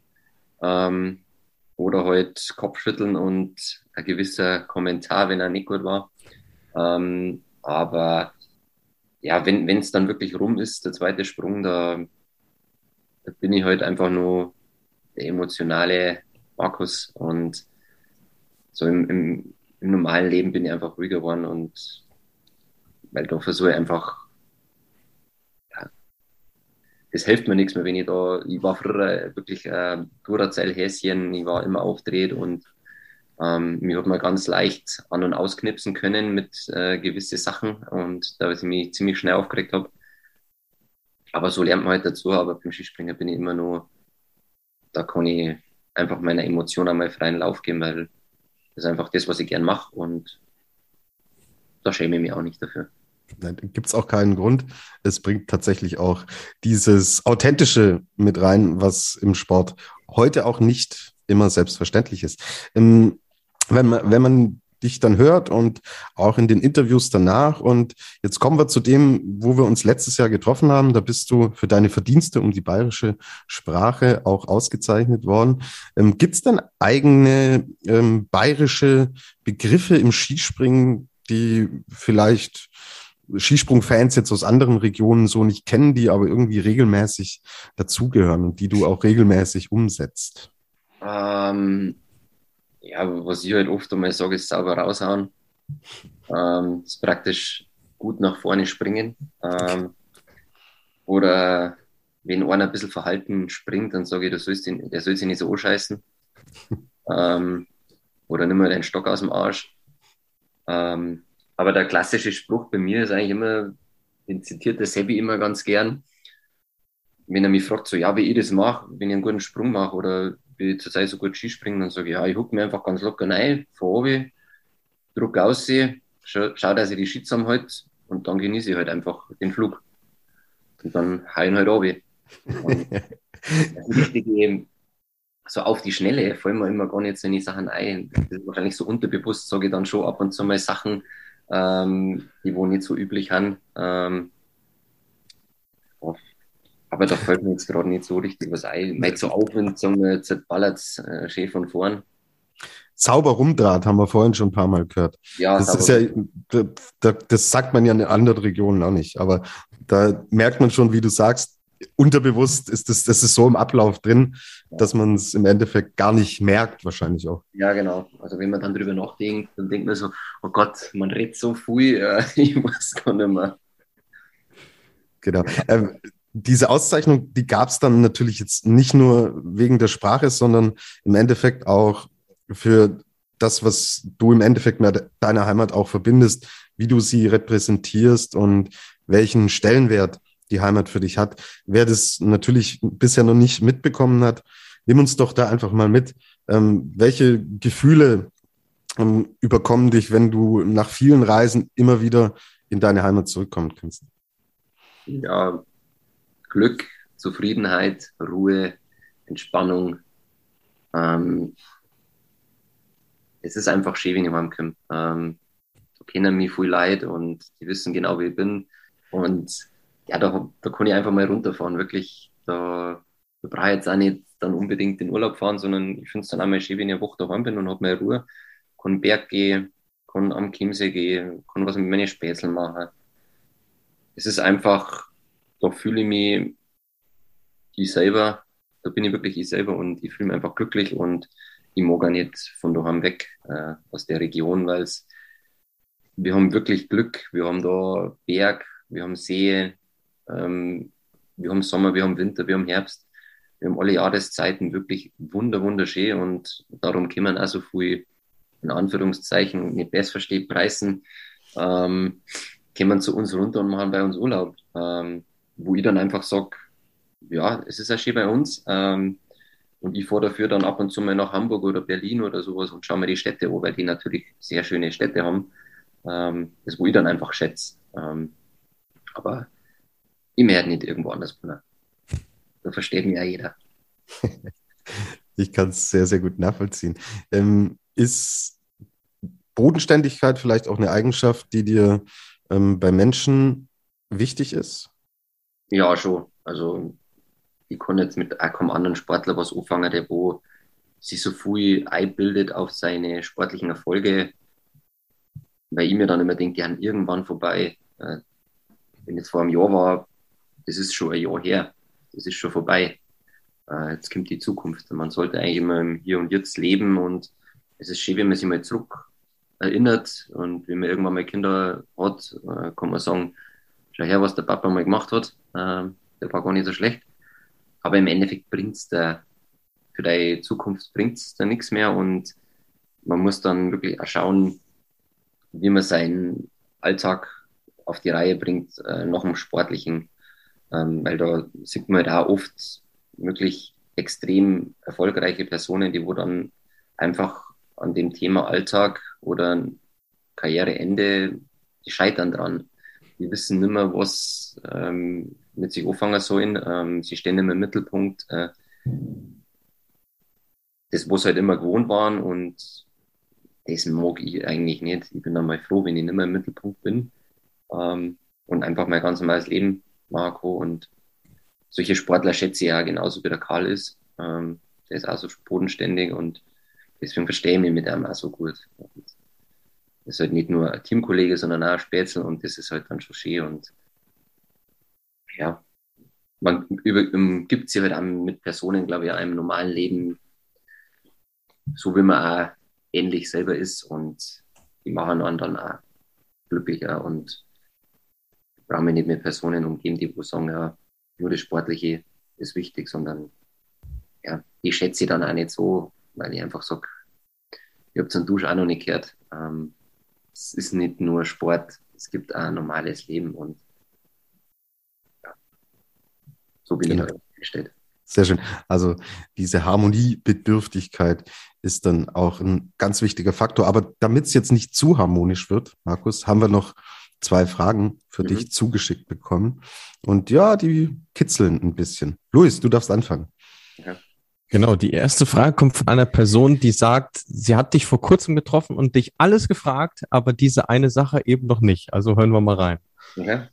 oder halt Kopfschütteln und ein gewisser Kommentar, wenn er nicht gut war. Aber ja, wenn es dann wirklich rum ist, der zweite Sprung, da bin ich halt einfach nur der emotionale Markus und so im normalen Leben bin ich einfach ruhiger geworden und weil da versuche ich einfach, ja, das hilft mir nichts mehr, wenn ich war früher wirklich Duracell-Häschen, ich war immer aufgedreht und mich hat man ganz leicht an- und ausknipsen können mit gewisse Sachen und da ich mich ziemlich schnell aufgeregt habe. Aber so lernt man halt dazu, aber beim Skispringen bin ich immer nur, da kann ich einfach meiner Emotion einmal freien Lauf geben, weil das ist einfach das, was ich gern mache und da schäme ich mich auch nicht dafür. Nein, gibt es auch keinen Grund. Es bringt tatsächlich auch dieses Authentische mit rein, was im Sport heute auch nicht immer selbstverständlich ist. Wenn man dich dann hört und auch in den Interviews danach. Und jetzt kommen wir zu dem, wo wir uns letztes Jahr getroffen haben. Da bist du für deine Verdienste um die bayerische Sprache auch ausgezeichnet worden. Gibt es denn eigene bayerische Begriffe im Skispringen, die vielleicht Skisprung-Fans jetzt aus anderen Regionen so nicht kennen, die aber irgendwie regelmäßig dazugehören und die du auch regelmäßig umsetzt? Ja, was ich halt oft einmal sage, ist sauber raushauen. Ist praktisch gut nach vorne springen. Oder wenn einer ein bisschen verhalten springt, dann sage ich, der soll sich nicht so anscheißen. Oder nimm mal deinen Stock aus dem Arsch. Aber der klassische Spruch bei mir ist eigentlich immer, den zitiert der Sebi immer ganz gern, wenn er mich fragt, so, ja, wie ich das mache, wenn ich einen guten Sprung mache oder wie ich zurzeit so gut Skispringen, dann sage ich, ja, ich huck mir einfach ganz locker rein, fahr runter, druck aus, schau, dass ich die Ski zusammenhalte und dann genieße ich halt einfach den Flug. Und dann hau ich halt runter. Und das Richtige, so auf die Schnelle fallen mir immer gar nicht so in die Sachen ein. Das ist wahrscheinlich so unterbewusst, sage ich dann schon ab und zu mal Sachen, die wo nicht so üblich haben. Aber da fällt mir jetzt gerade nicht so richtig was ein. Mal so Aufwind, sagen wir, jetzt ballert es schön von vorn. Sauber rumdraht, haben wir vorhin schon ein paar Mal gehört. Ja, das ist ja, das sagt man ja in anderen Regionen auch nicht. Aber da merkt man schon, wie du sagst, unterbewusst ist das ist so im Ablauf drin, dass man es im Endeffekt gar nicht merkt, wahrscheinlich auch. Ja, genau. Also wenn man dann drüber nachdenkt, dann denkt man so, oh Gott, man redet so viel, ich weiß gar nicht mehr. Genau. Diese Auszeichnung, die gab es dann natürlich jetzt nicht nur wegen der Sprache, sondern im Endeffekt auch für das, was du im Endeffekt mit deiner Heimat auch verbindest, wie du sie repräsentierst und welchen Stellenwert die Heimat für dich hat. Wer das natürlich bisher noch nicht mitbekommen hat, nimm uns doch da einfach mal mit. Welche Gefühle überkommen dich, wenn du nach vielen Reisen immer wieder in deine Heimat zurückkommen kannst? Ja, Glück, Zufriedenheit, Ruhe, Entspannung. Es ist einfach schön, wenn ich heimkomme. Da kennen mich viel Leute und die wissen genau, wie ich bin. Und ja, da kann ich einfach mal runterfahren. Wirklich, da brauche ich jetzt auch nicht dann unbedingt in Urlaub fahren, sondern ich finde es dann auch mal schön, wenn ich eine Woche daheim bin und habe meine Ruhe. Kann Berg gehen, kann am Chiemsee gehen, kann was mit meinen Spätzle machen. Es ist einfach, da fühle ich mich ich selber, da bin ich wirklich ich selber und ich fühle mich einfach glücklich und ich mag auch nicht von daheim weg aus der Region, weil wir haben wirklich Glück. Wir haben da Berg, wir haben See, wir haben Sommer, wir haben Winter, wir haben Herbst. Wir haben alle Jahreszeiten wirklich wunderschön und darum können auch so viel, in Anführungszeichen, nicht besser versteht, preisen, kommen zu uns runter und machen bei uns Urlaub. Wo ich dann einfach sage, ja, es ist ja schön bei uns. Und ich fahre dafür dann ab und zu mal nach Hamburg oder Berlin oder sowas und schaue mir die Städte an, weil die natürlich sehr schöne Städte haben. Das, wo ich dann einfach schätze. Aber ich werde nicht irgendwo anders wohnen. Da versteht mich ja jeder. Ich kann es sehr, sehr gut nachvollziehen. Ist Bodenständigkeit vielleicht auch eine Eigenschaft, die dir bei Menschen wichtig ist? Ja, schon. Also ich kann jetzt mit auch keinem anderen Sportler was anfangen, der wo sich so viel einbildet auf seine sportlichen Erfolge, weil ich mir dann immer denke, die haben irgendwann vorbei. Wenn jetzt vor einem Jahr war, das ist schon ein Jahr her, das ist schon vorbei. Jetzt kommt die Zukunft. Man sollte eigentlich immer im Hier und Jetzt leben und es ist schön, wenn man sich mal zurück erinnert und wenn man irgendwann mal Kinder hat, kann man sagen, schau her, was der Papa mal gemacht hat, der war gar nicht so schlecht. Aber im Endeffekt bringt's da, für deine Zukunft bringt's da nichts mehr und man muss dann wirklich auch schauen, wie man seinen Alltag auf die Reihe bringt, nach dem Sportlichen. Weil da sieht man da oft wirklich extrem erfolgreiche Personen, die wo dann einfach an dem Thema Alltag oder Karriereende, die scheitern dran. Die wissen nicht mehr, was mit sich anfangen sollen. Sie stehen nicht mehr im Mittelpunkt. Das, was halt immer gewohnt waren und das mag ich eigentlich nicht. Ich bin dann mal froh, wenn ich nicht mehr im Mittelpunkt bin und einfach mein ganz normales Leben machen kann. Und solche Sportler schätze ich ja genauso wie der Karl ist. Der ist auch so bodenständig und deswegen verstehe ich mich mit ihm auch so gut. Das ist halt nicht nur ein Teamkollege, sondern auch ein Spätzl und das ist halt dann schon schön. Und ja, man gibt sich halt auch mit Personen, glaube ich, auch im normalen Leben, so wie man auch ähnlich selber ist und die machen einen dann auch glücklicher und ich brauche mich nicht mit Personen umgeben, die wo sagen, ja, nur das Sportliche ist wichtig, sondern ja, die schätze ich dann auch nicht so, weil ich einfach sage, ich habe zum Dusch auch noch nicht gehört. Es ist nicht nur Sport, es gibt auch ein normales Leben und ja, so bin ich da eingestellt. Sehr schön. Also diese Harmoniebedürftigkeit ist dann auch ein ganz wichtiger Faktor. Aber damit es jetzt nicht zu harmonisch wird, Markus, haben wir noch 2 Fragen für dich zugeschickt bekommen. Und ja, die kitzeln ein bisschen. Luis, du darfst anfangen. Ja. Genau, die erste Frage kommt von einer Person, die sagt, sie hat dich vor kurzem getroffen und dich alles gefragt, aber diese eine Sache eben noch nicht. Also hören wir mal rein. Okay.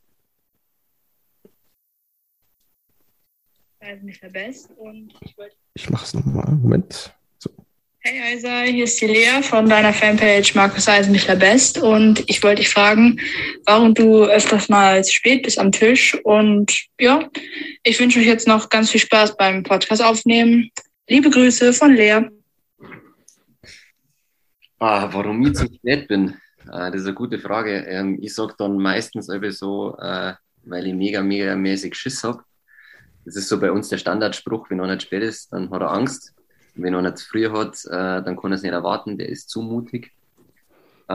Also mich Best und Ich mach's nochmal. Moment. So. Hey Eisa, hier ist die Lea von deiner Fanpage Markus Eisenbichler Best und ich wollte dich fragen, warum du öfters mal zu spät bist am Tisch und ja, ich wünsche euch jetzt noch ganz viel Spaß beim Podcast aufnehmen. Liebe Grüße von Lea. Warum ich zu spät bin? Das ist eine gute Frage. Ich sage dann meistens irgendwie so, weil ich mega mäßig Schiss habe. Das ist so bei uns der Standardspruch, wenn einer nicht spät ist, dann hat er Angst. Wenn einer zu früh hat, dann kann er es nicht erwarten, der ist zu mutig. Ich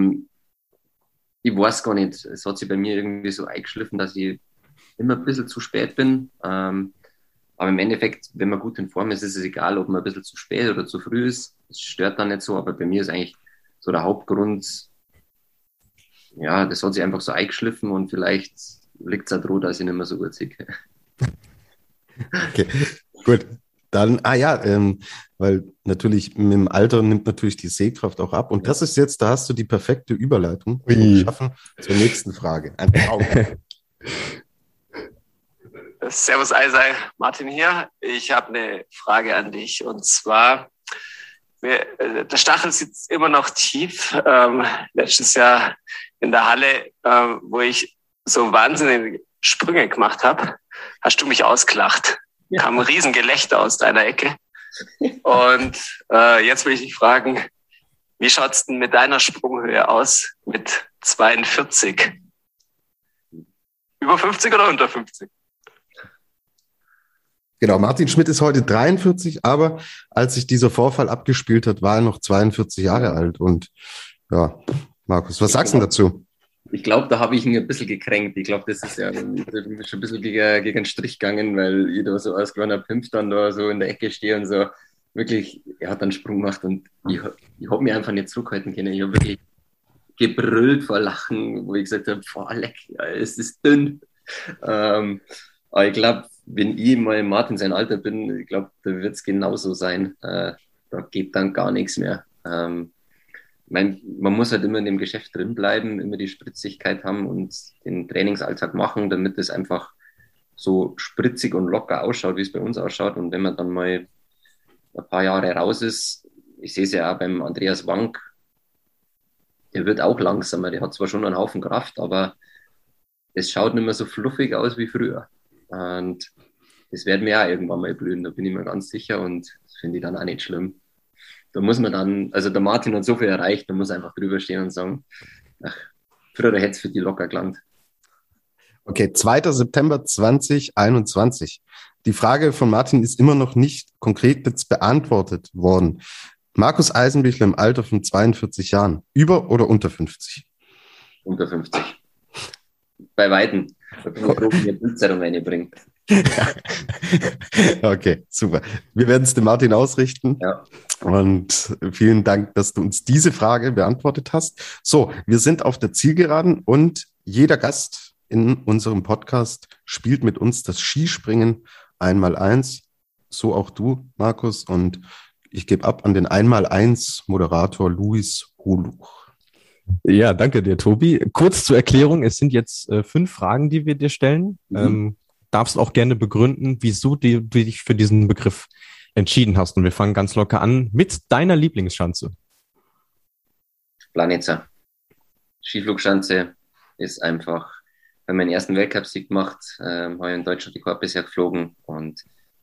weiß gar nicht, es hat sich bei mir irgendwie so eingeschliffen, dass ich immer ein bisschen zu spät bin. Aber im Endeffekt, wenn man gut in Form ist, ist es egal, ob man ein bisschen zu spät oder zu früh ist. Das stört dann nicht so, aber bei mir ist eigentlich so der Hauptgrund, ja, das hat sich einfach so eingeschliffen und vielleicht liegt es auch daran, dass ich nicht mehr so gut sehe. Okay, gut. Dann, weil natürlich mit dem Alter nimmt natürlich die Sehkraft auch ab. Und das ist jetzt, da hast du die perfekte Überleitung geschaffen zur nächsten Frage. Ein Auge. Servus Eisei, Martin hier. Ich habe eine Frage an dich und zwar, der Stachel sitzt immer noch tief. Letztes Jahr in der Halle, wo ich so wahnsinnige Sprünge gemacht habe, hast du mich ausgelacht. Kam ein Riesengelächter aus deiner Ecke. Und jetzt will ich dich fragen, wie schaut's denn mit deiner Sprunghöhe aus mit 42? Über 50 oder unter 50? Genau, Martin Schmidt ist heute 43, aber als sich dieser Vorfall abgespielt hat, war er noch 42 Jahre alt. Und ja, Markus, was sagst du dazu? Ich glaube, da habe ich ihn ein bisschen gekränkt. Ich glaube, das ist ja schon ein bisschen gegen den Strich gegangen, weil ich da so als kleiner Pimp dann da so in der Ecke stehe und so wirklich, er hat einen Sprung gemacht und ich habe mich einfach nicht zurückhalten können. Ich habe wirklich gebrüllt vor Lachen, wo ich gesagt habe, boah, leck, ja, es ist dünn. Aber ich glaube, wenn ich mal Martin sein Alter bin, ich glaube, da wird es genauso sein. Da geht dann gar nichts mehr. Man muss halt immer in dem Geschäft drin bleiben, immer die Spritzigkeit haben und den Trainingsalltag machen, damit es einfach so spritzig und locker ausschaut, wie es bei uns ausschaut. Und wenn man dann mal ein paar Jahre raus ist, ich sehe es ja auch beim Andreas Wank, der wird auch langsamer, der hat zwar schon einen Haufen Kraft, aber es schaut nicht mehr so fluffig aus wie früher. Und das wird mir auch irgendwann mal blühen, da bin ich mir ganz sicher und das finde ich dann auch nicht schlimm. Da muss man dann, also der Martin hat so viel erreicht, da muss einfach drüber stehen und sagen, ach, früher hätte es für die locker gelangt. Okay, 2. September 2021. Die Frage von Martin ist immer noch nicht konkret jetzt beantwortet worden. Markus Eisenbichler im Alter von 42 Jahren, über oder unter 50? Unter 50. Bei Weitem. Da bin ich froh, wenn ihr Bildzeitung reinbringt. Okay, super. Wir werden es dem Martin ausrichten. Ja. Und vielen Dank, dass du uns diese Frage beantwortet hast. So, wir sind auf der Zielgeraden und jeder Gast in unserem Podcast spielt mit uns das Skispringen 1x1. So auch du, Markus. Und ich gebe ab an den 1x1-Moderator Luis Holuch. Ja, danke dir, Tobi. Kurz zur Erklärung, es sind jetzt 5 Fragen, die wir dir stellen. Darfst auch gerne begründen, wieso du dich für diesen Begriff entschieden hast. Und wir fangen ganz locker an mit deiner Lieblingsschanze. Planica. Skiflugschanze ist einfach, wenn man den ersten Weltcupsieg macht, habe ich in Deutschland die Korb bisher geflogen und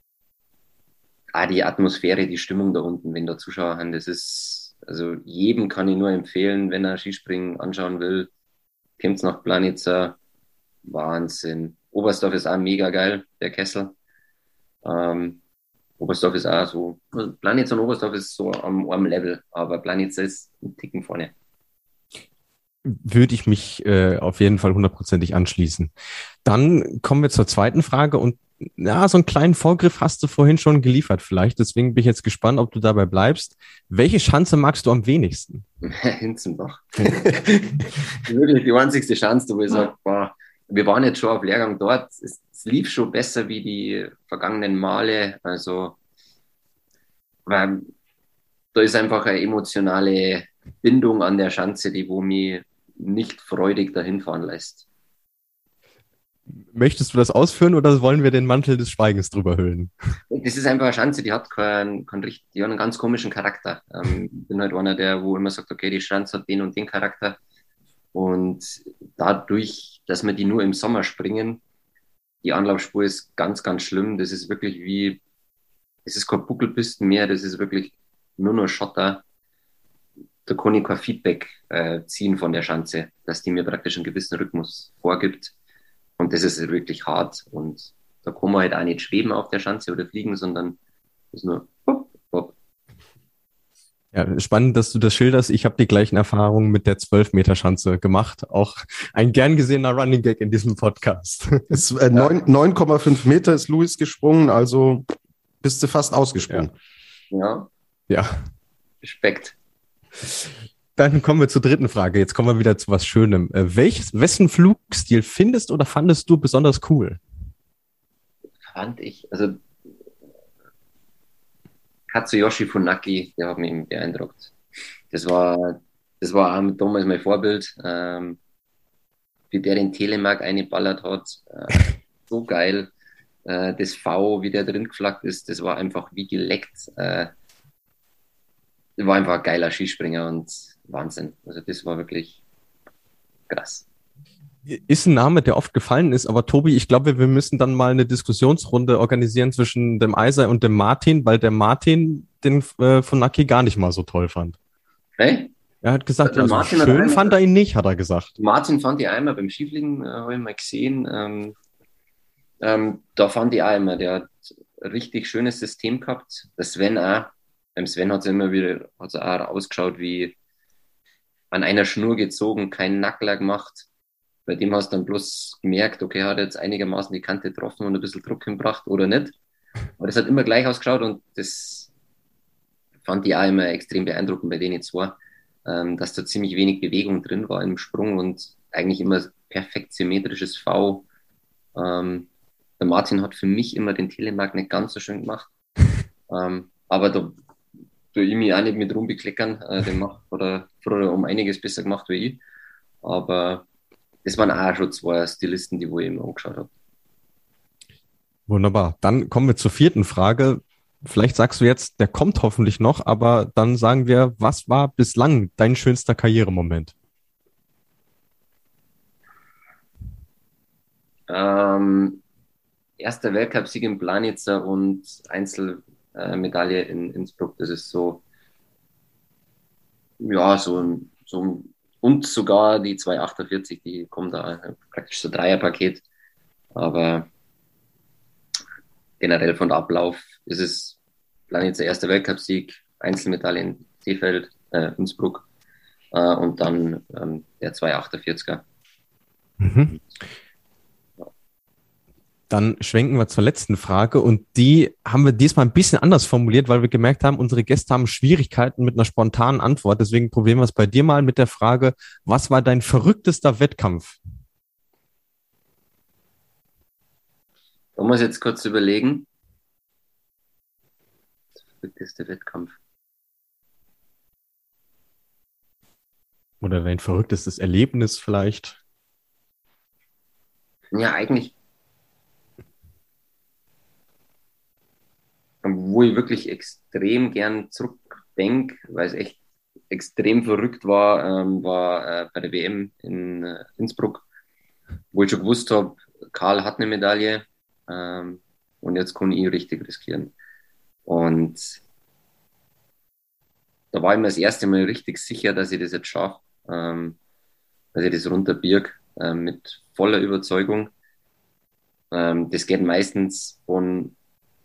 die Atmosphäre, die Stimmung da unten, wenn da Zuschauer haben, das ist, also jedem kann ich nur empfehlen, wenn er Skispringen anschauen will, kommt's nach Planica, Wahnsinn. Oberstdorf ist auch mega geil, der Kessel. Oberstdorf ist auch so, Planica und Oberstdorf ist so am einem Level, aber Planica ist ein Ticken vorne. Würde ich mich auf jeden Fall 100%ig anschließen. Dann kommen wir zur zweiten Frage und ja, so einen kleinen Vorgriff hast du vorhin schon geliefert vielleicht, deswegen bin ich jetzt gespannt, ob du dabei bleibst. Welche Schanze magst du am wenigsten? Hinzenbach. Wirklich die einzigste Chance, wo ich sage, wir waren jetzt schon auf Lehrgang dort, es lief schon besser wie die vergangenen Male, also da ist einfach eine emotionale Bindung an der Schanze, die wo mich nicht freudig dahin fahren lässt. Möchtest du das ausführen oder wollen wir den Mantel des Schweigens drüber hüllen? Das ist einfach eine Schanze, die hat die hat einen ganz komischen Charakter. Ich bin halt einer, der wo immer sagt, okay, die Schanze hat den und den Charakter. Und dadurch, dass wir die nur im Sommer springen, die Anlaufspur ist ganz, ganz schlimm. Das ist wirklich es ist kein Buckelpisten mehr, das ist wirklich nur noch Schotter. Da kann ich kein Feedback ziehen von der Schanze, dass die mir praktisch einen gewissen Rhythmus vorgibt. Und das ist wirklich hart. Und da kann man halt auch nicht schweben auf der Schanze oder fliegen, sondern das ist nur hopp, hopp. Ja, spannend, dass du das schilderst. Ich habe die gleichen Erfahrungen mit der 12-Meter-Schanze gemacht. Auch ein gern gesehener Running Gag in diesem Podcast. 9,5 Meter ist Luis gesprungen, also bist du fast ausgesprungen. Ja. Respekt. Dann kommen wir zur dritten Frage. Jetzt kommen wir wieder zu was Schönem. Wessen Flugstil findest oder fandest du besonders cool? Also Katsuyoshi Funaki, der hat mich beeindruckt. Das war auch damals mein Vorbild. Wie der den Telemark eingeballert hat. So geil. Das V, wie der drin geflaggt ist, das war einfach wie geleckt. War einfach ein geiler Skispringer und Wahnsinn. Also das war wirklich krass. Ist ein Name, der oft gefallen ist, aber Tobi, ich glaube, wir müssen dann mal eine Diskussionsrunde organisieren zwischen dem Eisei und dem Martin, weil der Martin den von Naki gar nicht mal so toll fand. Hey? Er hat gesagt, also Martin schön fand er ihn nicht, hat er gesagt. Martin fand ich einmal beim Skifliegen, habe ich mal gesehen. Da fand ich auch immer, der hat ein richtig schönes System gehabt. Der Sven auch. Beim Sven hat es auch ausgeschaut wie an einer Schnur gezogen, keinen Nackler gemacht. Bei dem hast du dann bloß gemerkt, okay, hat er jetzt einigermaßen die Kante getroffen und ein bisschen Druck gebracht oder nicht. Aber das hat immer gleich ausgeschaut und das fand ich auch immer extrem beeindruckend bei denen zwei, dass da ziemlich wenig Bewegung drin war im Sprung und eigentlich immer perfekt symmetrisches V. Der Martin hat für mich immer den Telemark nicht ganz so schön gemacht. Aber da tue ich mich auch nicht mit rumbekleckern. Der macht oder um einiges besser gemacht wie ich. Aber das waren auch schon zwei Stilisten, die wo ich immer angeschaut habe. Wunderbar. Dann kommen wir zur vierten Frage. Vielleicht sagst du jetzt, der kommt hoffentlich noch, aber dann sagen wir, was war bislang dein schönster Karrieremoment? Erster Weltcupsieg in Planica und Einzelmedaille in Innsbruck. Das ist so, ja, und sogar die 248, die kommen da praktisch so Dreierpaket. Aber generell von der Ablauf ist es Planica erster Weltcupsieg, Einzelmedaille in Seefeld, Innsbruck und dann der 248er. Mhm. Dann schwenken wir zur letzten Frage und die haben wir diesmal ein bisschen anders formuliert, weil wir gemerkt haben, unsere Gäste haben Schwierigkeiten mit einer spontanen Antwort. Deswegen probieren wir es bei dir mal mit der Frage, was war dein verrücktester Wettkampf? Da muss ich jetzt kurz überlegen. verrückteste Wettkampf. Oder dein verrücktestes Erlebnis vielleicht? Ja, eigentlich, wo ich wirklich extrem gern zurückdenke, weil es echt extrem verrückt war, war bei der WM in Innsbruck, wo ich schon gewusst habe, Karl hat eine Medaille und jetzt kann ich richtig riskieren. Und da war ich mir das erste Mal richtig sicher, dass ich das jetzt schaffe, dass ich das runterbirg mit voller Überzeugung. Das geht meistens von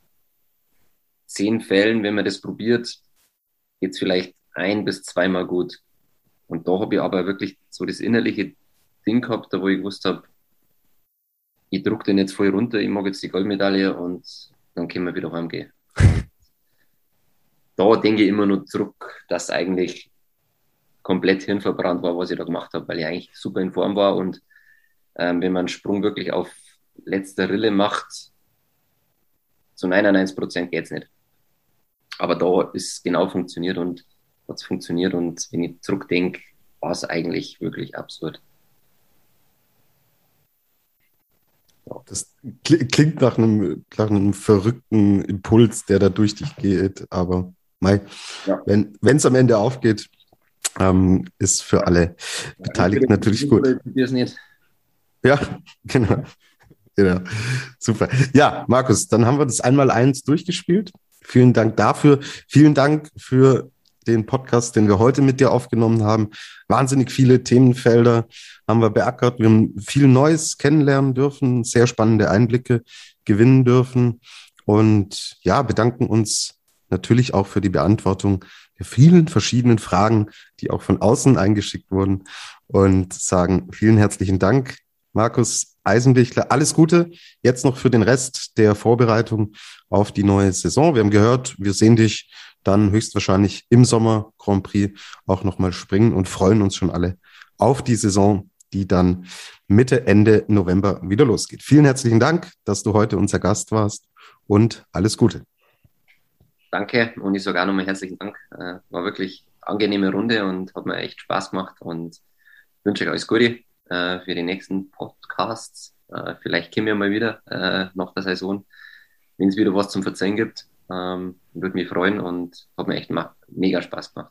10 Fällen, wenn man das probiert, geht es vielleicht 1 bis 2 Mal gut. Und da habe ich aber wirklich so das innerliche Ding gehabt, da wo ich gewusst habe, ich druck den jetzt voll runter, ich mag jetzt die Goldmedaille und dann können wir wieder heimgehen. Da denke ich immer nur zurück, dass eigentlich komplett hirnverbrannt war, was ich da gemacht habe, weil ich eigentlich super in Form war und wenn man einen Sprung wirklich auf letzter Rille macht, zu 99% geht es nicht. Aber da ist es genau funktioniert und hat es funktioniert und wenn ich zurückdenke, war es eigentlich wirklich absurd. Das klingt nach einem verrückten Impuls, der da durch dich geht, aber Ja. wenn es am Ende aufgeht, ist für alle Beteiligten natürlich gut. Ich nicht. Ja, genau. Genau. Super. Ja, Markus, dann haben wir das 1x1 durchgespielt. Vielen Dank dafür. Vielen Dank für den Podcast, den wir heute mit dir aufgenommen haben. Wahnsinnig viele Themenfelder haben wir beackert. Wir haben viel Neues kennenlernen dürfen, sehr spannende Einblicke gewinnen dürfen und ja, bedanken uns natürlich auch für die Beantwortung der vielen verschiedenen Fragen, die auch von außen eingeschickt wurden und sagen vielen herzlichen Dank, Markus Eisenbichler. Alles Gute jetzt noch für den Rest der Vorbereitung auf die neue Saison. Wir haben gehört, wir sehen dich dann höchstwahrscheinlich im Sommer Grand Prix auch nochmal springen und freuen uns schon alle auf die Saison, die dann Mitte, Ende November wieder losgeht. Vielen herzlichen Dank, dass du heute unser Gast warst und alles Gute. Danke und ich sage auch nochmal herzlichen Dank. War wirklich eine angenehme Runde und hat mir echt Spaß gemacht und wünsche euch alles Gute für die nächsten Podcasts. Vielleicht kommen wir mal wieder nach der Saison, wenn es wieder was zum Verzeihen gibt. Würde mich freuen und hat mir echt mega Spaß gemacht.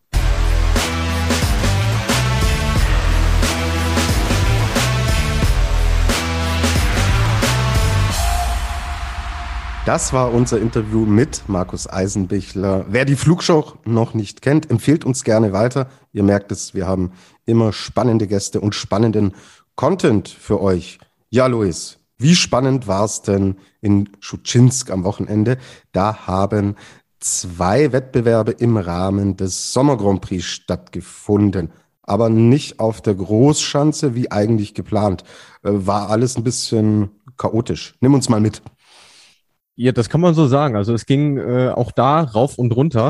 Das war unser Interview mit Markus Eisenbichler. Wer die Flugshow noch nicht kennt, empfehlt uns gerne weiter. Ihr merkt es, wir haben immer spannende Gäste und spannenden Content für euch. Ja, Luis, wie spannend war es denn in Schuczynsk am Wochenende? Da haben 2 Wettbewerbe im Rahmen des Sommer Grand Prix stattgefunden, aber nicht auf der Großschanze wie eigentlich geplant. War alles ein bisschen chaotisch. Nimm uns mal mit. Ja, das kann man so sagen. Also es ging auch da rauf und runter.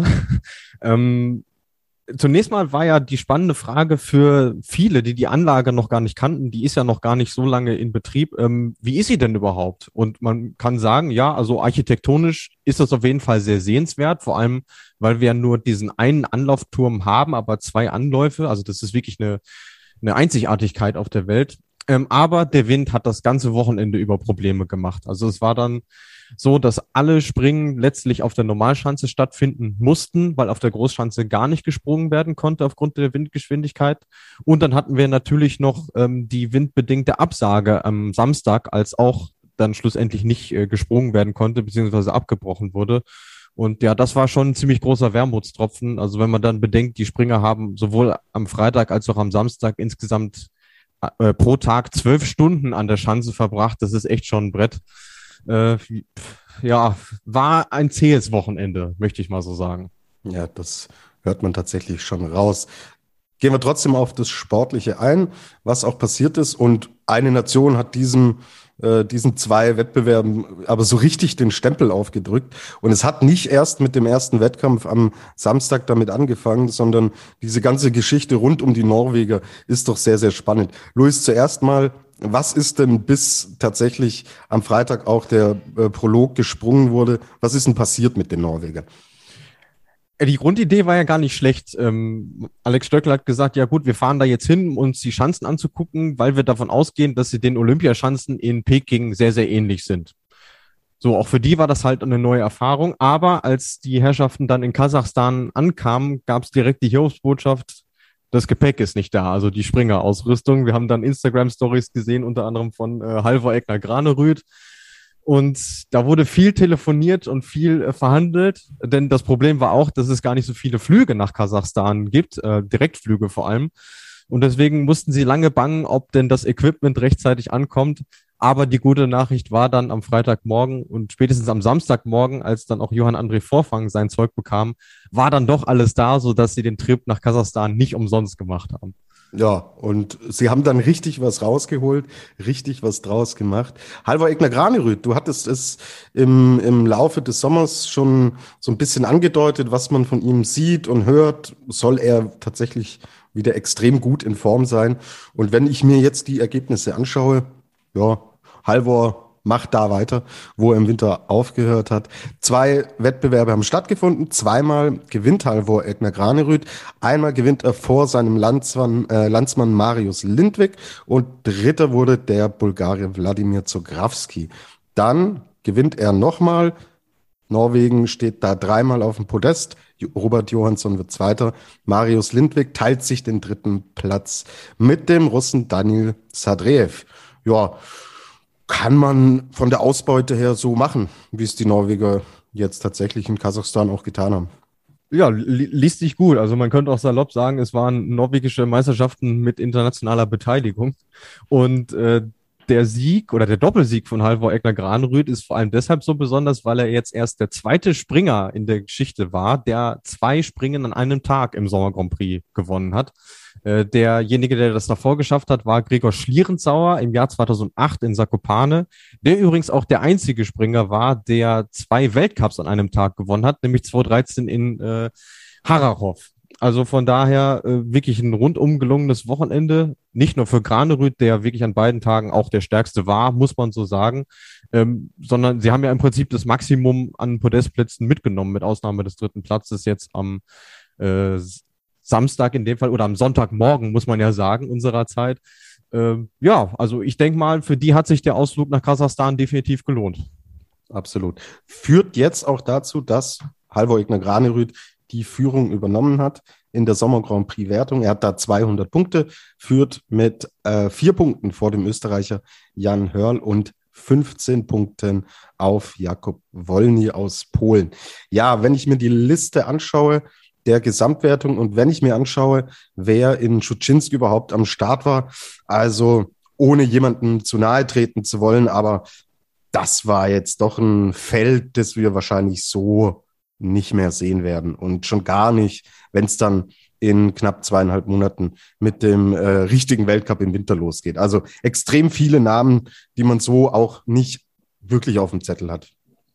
Zunächst mal war ja die spannende Frage für viele, die die Anlage noch gar nicht kannten, die ist ja noch gar nicht so lange in Betrieb. Wie ist sie denn überhaupt? Und man kann sagen, ja, also architektonisch ist das auf jeden Fall sehr sehenswert, vor allem, weil wir nur diesen einen Anlaufturm haben, aber 2 Anläufe. Also das ist wirklich eine Einzigartigkeit auf der Welt. Aber der Wind hat das ganze Wochenende über Probleme gemacht. Also es war dann so, dass alle Springen letztlich auf der Normalschanze stattfinden mussten, weil auf der Großschanze gar nicht gesprungen werden konnte aufgrund der Windgeschwindigkeit. Und dann hatten wir natürlich noch die windbedingte Absage am Samstag, als auch dann schlussendlich nicht gesprungen werden konnte, beziehungsweise abgebrochen wurde. Und ja, das war schon ein ziemlich großer Wermutstropfen. Also wenn man dann bedenkt, die Springer haben sowohl am Freitag als auch am Samstag insgesamt pro Tag 12 Stunden an der Schanze verbracht. Das ist echt schon ein Brett. Ja, war ein zähes Wochenende, möchte ich mal so sagen. Ja, das hört man tatsächlich schon raus. Gehen wir trotzdem auf das Sportliche ein, was auch passiert ist. Und eine Nation hat diesen 2 Wettbewerben aber so richtig den Stempel aufgedrückt. Und es hat nicht erst mit dem ersten Wettkampf am Samstag damit angefangen, sondern diese ganze Geschichte rund um die Norweger ist doch sehr, sehr spannend. Luis, zuerst mal, was ist denn bis tatsächlich am Freitag auch der Prolog gesprungen wurde, was ist denn passiert mit den Norwegern? Die Grundidee war ja gar nicht schlecht. Alex Stöckl hat gesagt, ja gut, wir fahren da jetzt hin, um uns die Schanzen anzugucken, weil wir davon ausgehen, dass sie den Olympiaschanzen in Peking sehr, sehr ähnlich sind. So, auch für die war das halt eine neue Erfahrung. Aber als die Herrschaften dann in Kasachstan ankamen, gab es direkt die Hiobsbotschaft, das Gepäck ist nicht da, also die Springer-Ausrüstung. Wir haben dann Instagram-Stories gesehen, unter anderem von Halvor Egner Granerüth. Und da wurde viel telefoniert und viel verhandelt, denn das Problem war auch, dass es gar nicht so viele Flüge nach Kasachstan gibt, Direktflüge vor allem. Und deswegen mussten sie lange bangen, ob denn das Equipment rechtzeitig ankommt. Aber die gute Nachricht war dann am Freitagmorgen und spätestens am Samstagmorgen, als dann auch Johann André Vorfang sein Zeug bekam, war dann doch alles da, sodass sie den Trip nach Kasachstan nicht umsonst gemacht haben. Ja, und sie haben dann richtig was rausgeholt, richtig was draus gemacht. Halvor Egner Granerüth, du hattest es im Laufe des Sommers schon so ein bisschen angedeutet, was man von ihm sieht und hört, soll er tatsächlich wieder extrem gut in Form sein. Und wenn ich mir jetzt die Ergebnisse anschaue, ja, Halvor macht da weiter, wo er im Winter aufgehört hat. 2 Wettbewerbe haben stattgefunden. Zweimal gewinnt Halvor Egner Granerüth. Einmal gewinnt er vor seinem Landsmann Marius Lindvik und dritter wurde der Bulgare Wladimir Zogravski. Dann gewinnt er nochmal. Norwegen steht da 3-mal auf dem Podest. Robert Johansson wird Zweiter. Marius Lindvik teilt sich den 3. Platz mit dem Russen Daniil Sadreev. Ja, kann man von der Ausbeute her so machen, wie es die Norweger jetzt tatsächlich in Kasachstan auch getan haben. Ja, liest sich gut. Also man könnte auch salopp sagen, es waren norwegische Meisterschaften mit internationaler Beteiligung. Und der Sieg oder der Doppelsieg von Halvor Egner Granerüth ist vor allem deshalb so besonders, weil er jetzt erst der zweite Springer in der Geschichte war, der 2 Springen an einem Tag im Sommer Grand Prix gewonnen hat. Derjenige, der das davor geschafft hat, war Gregor Schlierenzauer im Jahr 2008 in Zakopane, der übrigens auch der einzige Springer war, der 2 Weltcups an einem Tag gewonnen hat, nämlich 2013 in Harrachov. Also von daher wirklich ein rundum gelungenes Wochenende, nicht nur für Granerüth, der wirklich an beiden Tagen auch der stärkste war, muss man so sagen, sondern sie haben ja im Prinzip das Maximum an Podestplätzen mitgenommen, mit Ausnahme des 3. Platzes jetzt am Samstag in dem Fall oder am Sonntagmorgen, muss man ja sagen, unserer Zeit. Ja, also ich denke mal, für die hat sich der Ausflug nach Kasachstan definitiv gelohnt. Absolut. Führt jetzt auch dazu, dass Halvor Egner Granerüth die Führung übernommen hat in der Sommer Grand Prix Wertung. Er hat da 200 Punkte, führt mit 4 Punkten vor dem Österreicher Jan Hörl und 15 Punkten auf Jakub Wolny aus Polen. Ja, wenn ich mir die Liste anschaue, der Gesamtwertung und wenn ich mir anschaue, wer in Szczuczynsk überhaupt am Start war, also ohne jemandem zu nahe treten zu wollen, aber das war jetzt doch ein Feld, das wir wahrscheinlich so nicht mehr sehen werden und schon gar nicht, wenn es dann in knapp 2,5 Monaten mit dem richtigen Weltcup im Winter losgeht. Also extrem viele Namen, die man so auch nicht wirklich auf dem Zettel hat.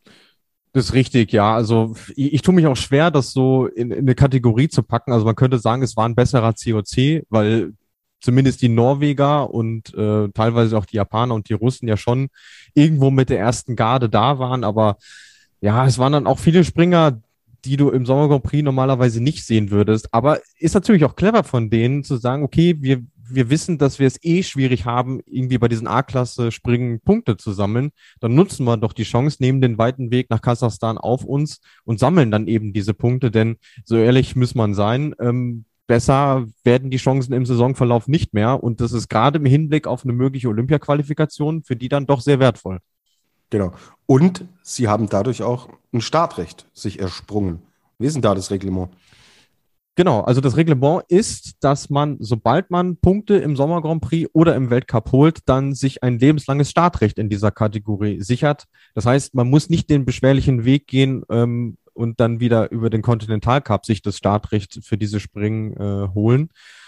Das ist richtig, ja. Also ich tue mich auch schwer, das so in eine Kategorie zu packen. Also man könnte sagen, es war ein besserer COC, weil zumindest die Norweger und teilweise auch die Japaner und die Russen ja schon irgendwo mit der ersten Garde da waren. Aber ja, es waren dann auch viele Springer, die du im Sommer Grand Prix normalerweise nicht sehen würdest. Aber ist natürlich auch clever von denen zu sagen, okay, wir wissen, dass wir es schwierig haben, irgendwie bei diesen A-Klasse-Springen Punkte zu sammeln. Dann nutzen wir doch die Chance, nehmen den weiten Weg nach Kasachstan auf uns und sammeln dann eben diese Punkte. Denn so ehrlich muss man sein, besser werden die Chancen im Saisonverlauf nicht mehr. Und das ist gerade im Hinblick auf eine mögliche Olympia-Qualifikation für die dann doch sehr wertvoll. Genau. Und sie haben dadurch auch ein Startrecht sich ersprungen. Wie ist denn da das Reglement? Genau, also das Reglement ist, dass man, sobald man Punkte im Sommer Grand Prix oder im Weltcup holt, dann sich ein lebenslanges Startrecht in dieser Kategorie sichert. Das heißt, man muss nicht den beschwerlichen Weg gehen und dann wieder über den Continental Cup sich das Startrecht für diese Springen holen.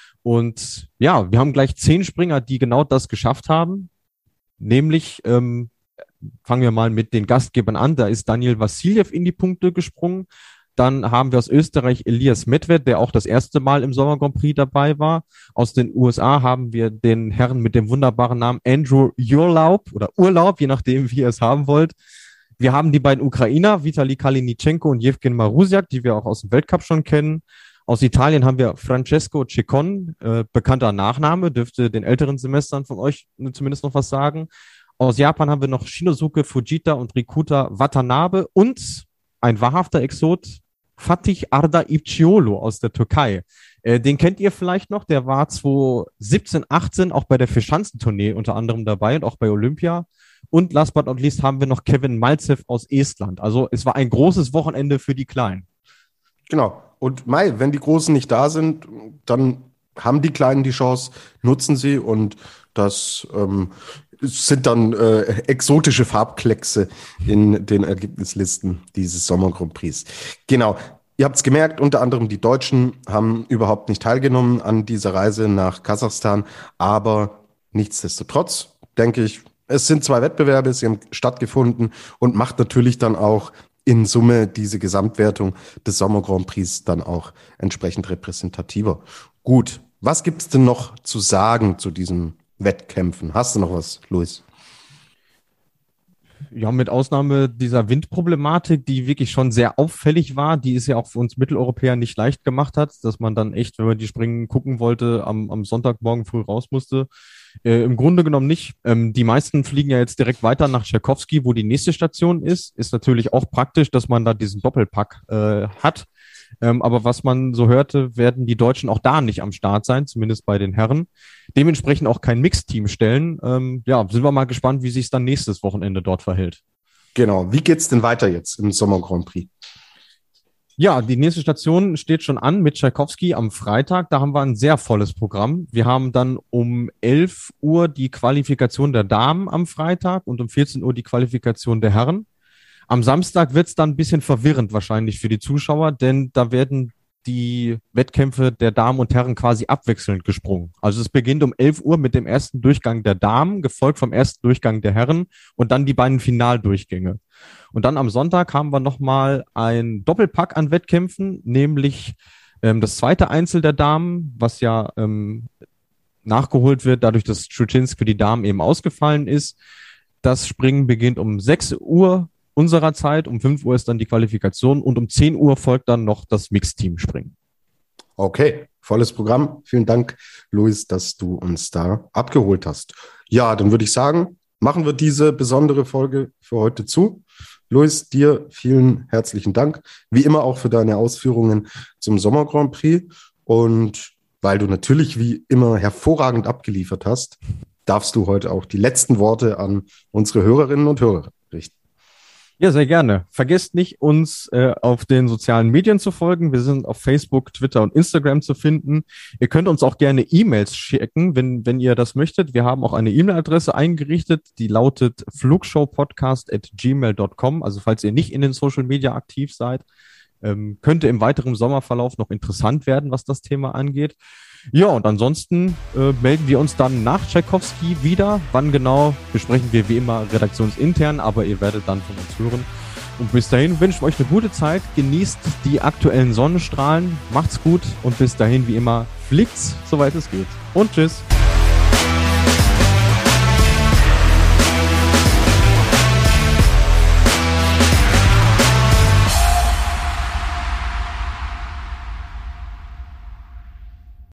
Und ja, wir haben gleich 10 Springer, die genau das geschafft haben. Nämlich, fangen wir mal mit den Gastgebern an. Da ist Daniil Vassiljev in die Punkte gesprungen. Dann haben wir aus Österreich Elias Medved, der auch das erste Mal im Sommer Grand Prix dabei war. Aus den USA haben wir den Herrn mit dem wunderbaren Namen Andrew Urlaub oder Urlaub, je nachdem, wie ihr es haben wollt. Wir haben die beiden Ukrainer, Vitali Kaliničenko und Jevgen Marusiak, die wir auch aus dem Weltcup schon kennen. Aus Italien haben wir Francesco Ceccon, bekannter Nachname, dürfte den älteren Semestern von euch zumindest noch was sagen. Aus Japan haben wir noch Shinosuke Fujita und Rikuta Watanabe und ein wahrhafter Exot, Fatih Arda Ipciolo aus der Türkei. Den kennt ihr vielleicht noch, der war 2017, 18 auch bei der Vierschanzentournee unter anderem dabei und auch bei Olympia. Und last but not least haben wir noch Kevin Malzev aus Estland. Also es war ein großes Wochenende für die Kleinen. Genau. Und Mai, wenn die Großen nicht da sind, dann haben die Kleinen die Chance, nutzen sie und das sind dann exotische Farbkleckse in den Ergebnislisten dieses Sommer Grand Prix. Genau. Ihr habt es gemerkt, unter anderem die Deutschen haben überhaupt nicht teilgenommen an dieser Reise nach Kasachstan, aber nichtsdestotrotz denke ich, es sind 2 Wettbewerbe, sie haben stattgefunden und macht natürlich dann auch in Summe diese Gesamtwertung des Sommer Grand Prix dann auch entsprechend repräsentativer. Gut, was gibt's denn noch zu sagen zu diesen Wettkämpfen? Hast du noch was, Luis? Ja, mit Ausnahme dieser Windproblematik, die wirklich schon sehr auffällig war, die es ja auch für uns Mitteleuropäer nicht leicht gemacht hat, dass man dann echt, wenn man die Springen gucken wollte, am Sonntagmorgen früh raus musste. Im Grunde genommen nicht. Die meisten fliegen ja jetzt direkt weiter nach Tchaikovsky, wo die nächste Station ist. Ist natürlich auch praktisch, dass man da diesen Doppelpack hat. Aber was man so hörte, werden die Deutschen auch da nicht am Start sein, zumindest bei den Herren. Dementsprechend auch kein Mixteam stellen. Ja, sind wir mal gespannt, wie sich es dann nächstes Wochenende dort verhält. Genau. Wie geht's denn weiter jetzt im Sommer Grand Prix? Ja, die nächste Station steht schon an mit Tchaikovsky am Freitag. Da haben wir ein sehr volles Programm. Wir haben dann um 11 Uhr die Qualifikation der Damen am Freitag und um 14 Uhr die Qualifikation der Herren. Am Samstag wird es dann ein bisschen verwirrend wahrscheinlich für die Zuschauer, denn da werden die Wettkämpfe der Damen und Herren quasi abwechselnd gesprungen. Also es beginnt um 11 Uhr mit dem ersten Durchgang der Damen, gefolgt vom ersten Durchgang der Herren und dann die beiden Finaldurchgänge. Und dann am Sonntag haben wir nochmal ein Doppelpack an Wettkämpfen, nämlich das zweite Einzel der Damen, was ja nachgeholt wird, dadurch, dass Strutinsk für die Damen eben ausgefallen ist. Das Springen beginnt um 6 Uhr unserer Zeit, um 5 Uhr ist dann die Qualifikation und um 10 Uhr folgt dann noch das Mixteam-Springen. Okay, volles Programm. Vielen Dank, Luis, dass du uns da abgeholt hast. Ja, dann würde ich sagen, machen wir diese besondere Folge für heute zu. Luis, dir vielen herzlichen Dank, wie immer auch für deine Ausführungen zum Sommer Grand Prix. Und weil du natürlich wie immer hervorragend abgeliefert hast, darfst du heute auch die letzten Worte an unsere Hörerinnen und Hörer richten. Ja, sehr gerne. Vergesst nicht, uns auf den sozialen Medien zu folgen. Wir sind auf Facebook, Twitter und Instagram zu finden. Ihr könnt uns auch gerne E-Mails schicken, wenn ihr das möchtet. Wir haben auch eine E-Mail-Adresse eingerichtet, die lautet flugshowpodcast@gmail.com. Also falls ihr nicht in den Social Media aktiv seid, könnte im weiteren Sommerverlauf noch interessant werden, was das Thema angeht. Ja, und ansonsten melden wir uns dann nach Tchaikovsky wieder. Wann genau, besprechen wir wie immer redaktionsintern, aber ihr werdet dann von uns hören. Und bis dahin wünschen wir euch eine gute Zeit, genießt die aktuellen Sonnenstrahlen, macht's gut und bis dahin wie immer fliegt's, soweit es geht. Und tschüss.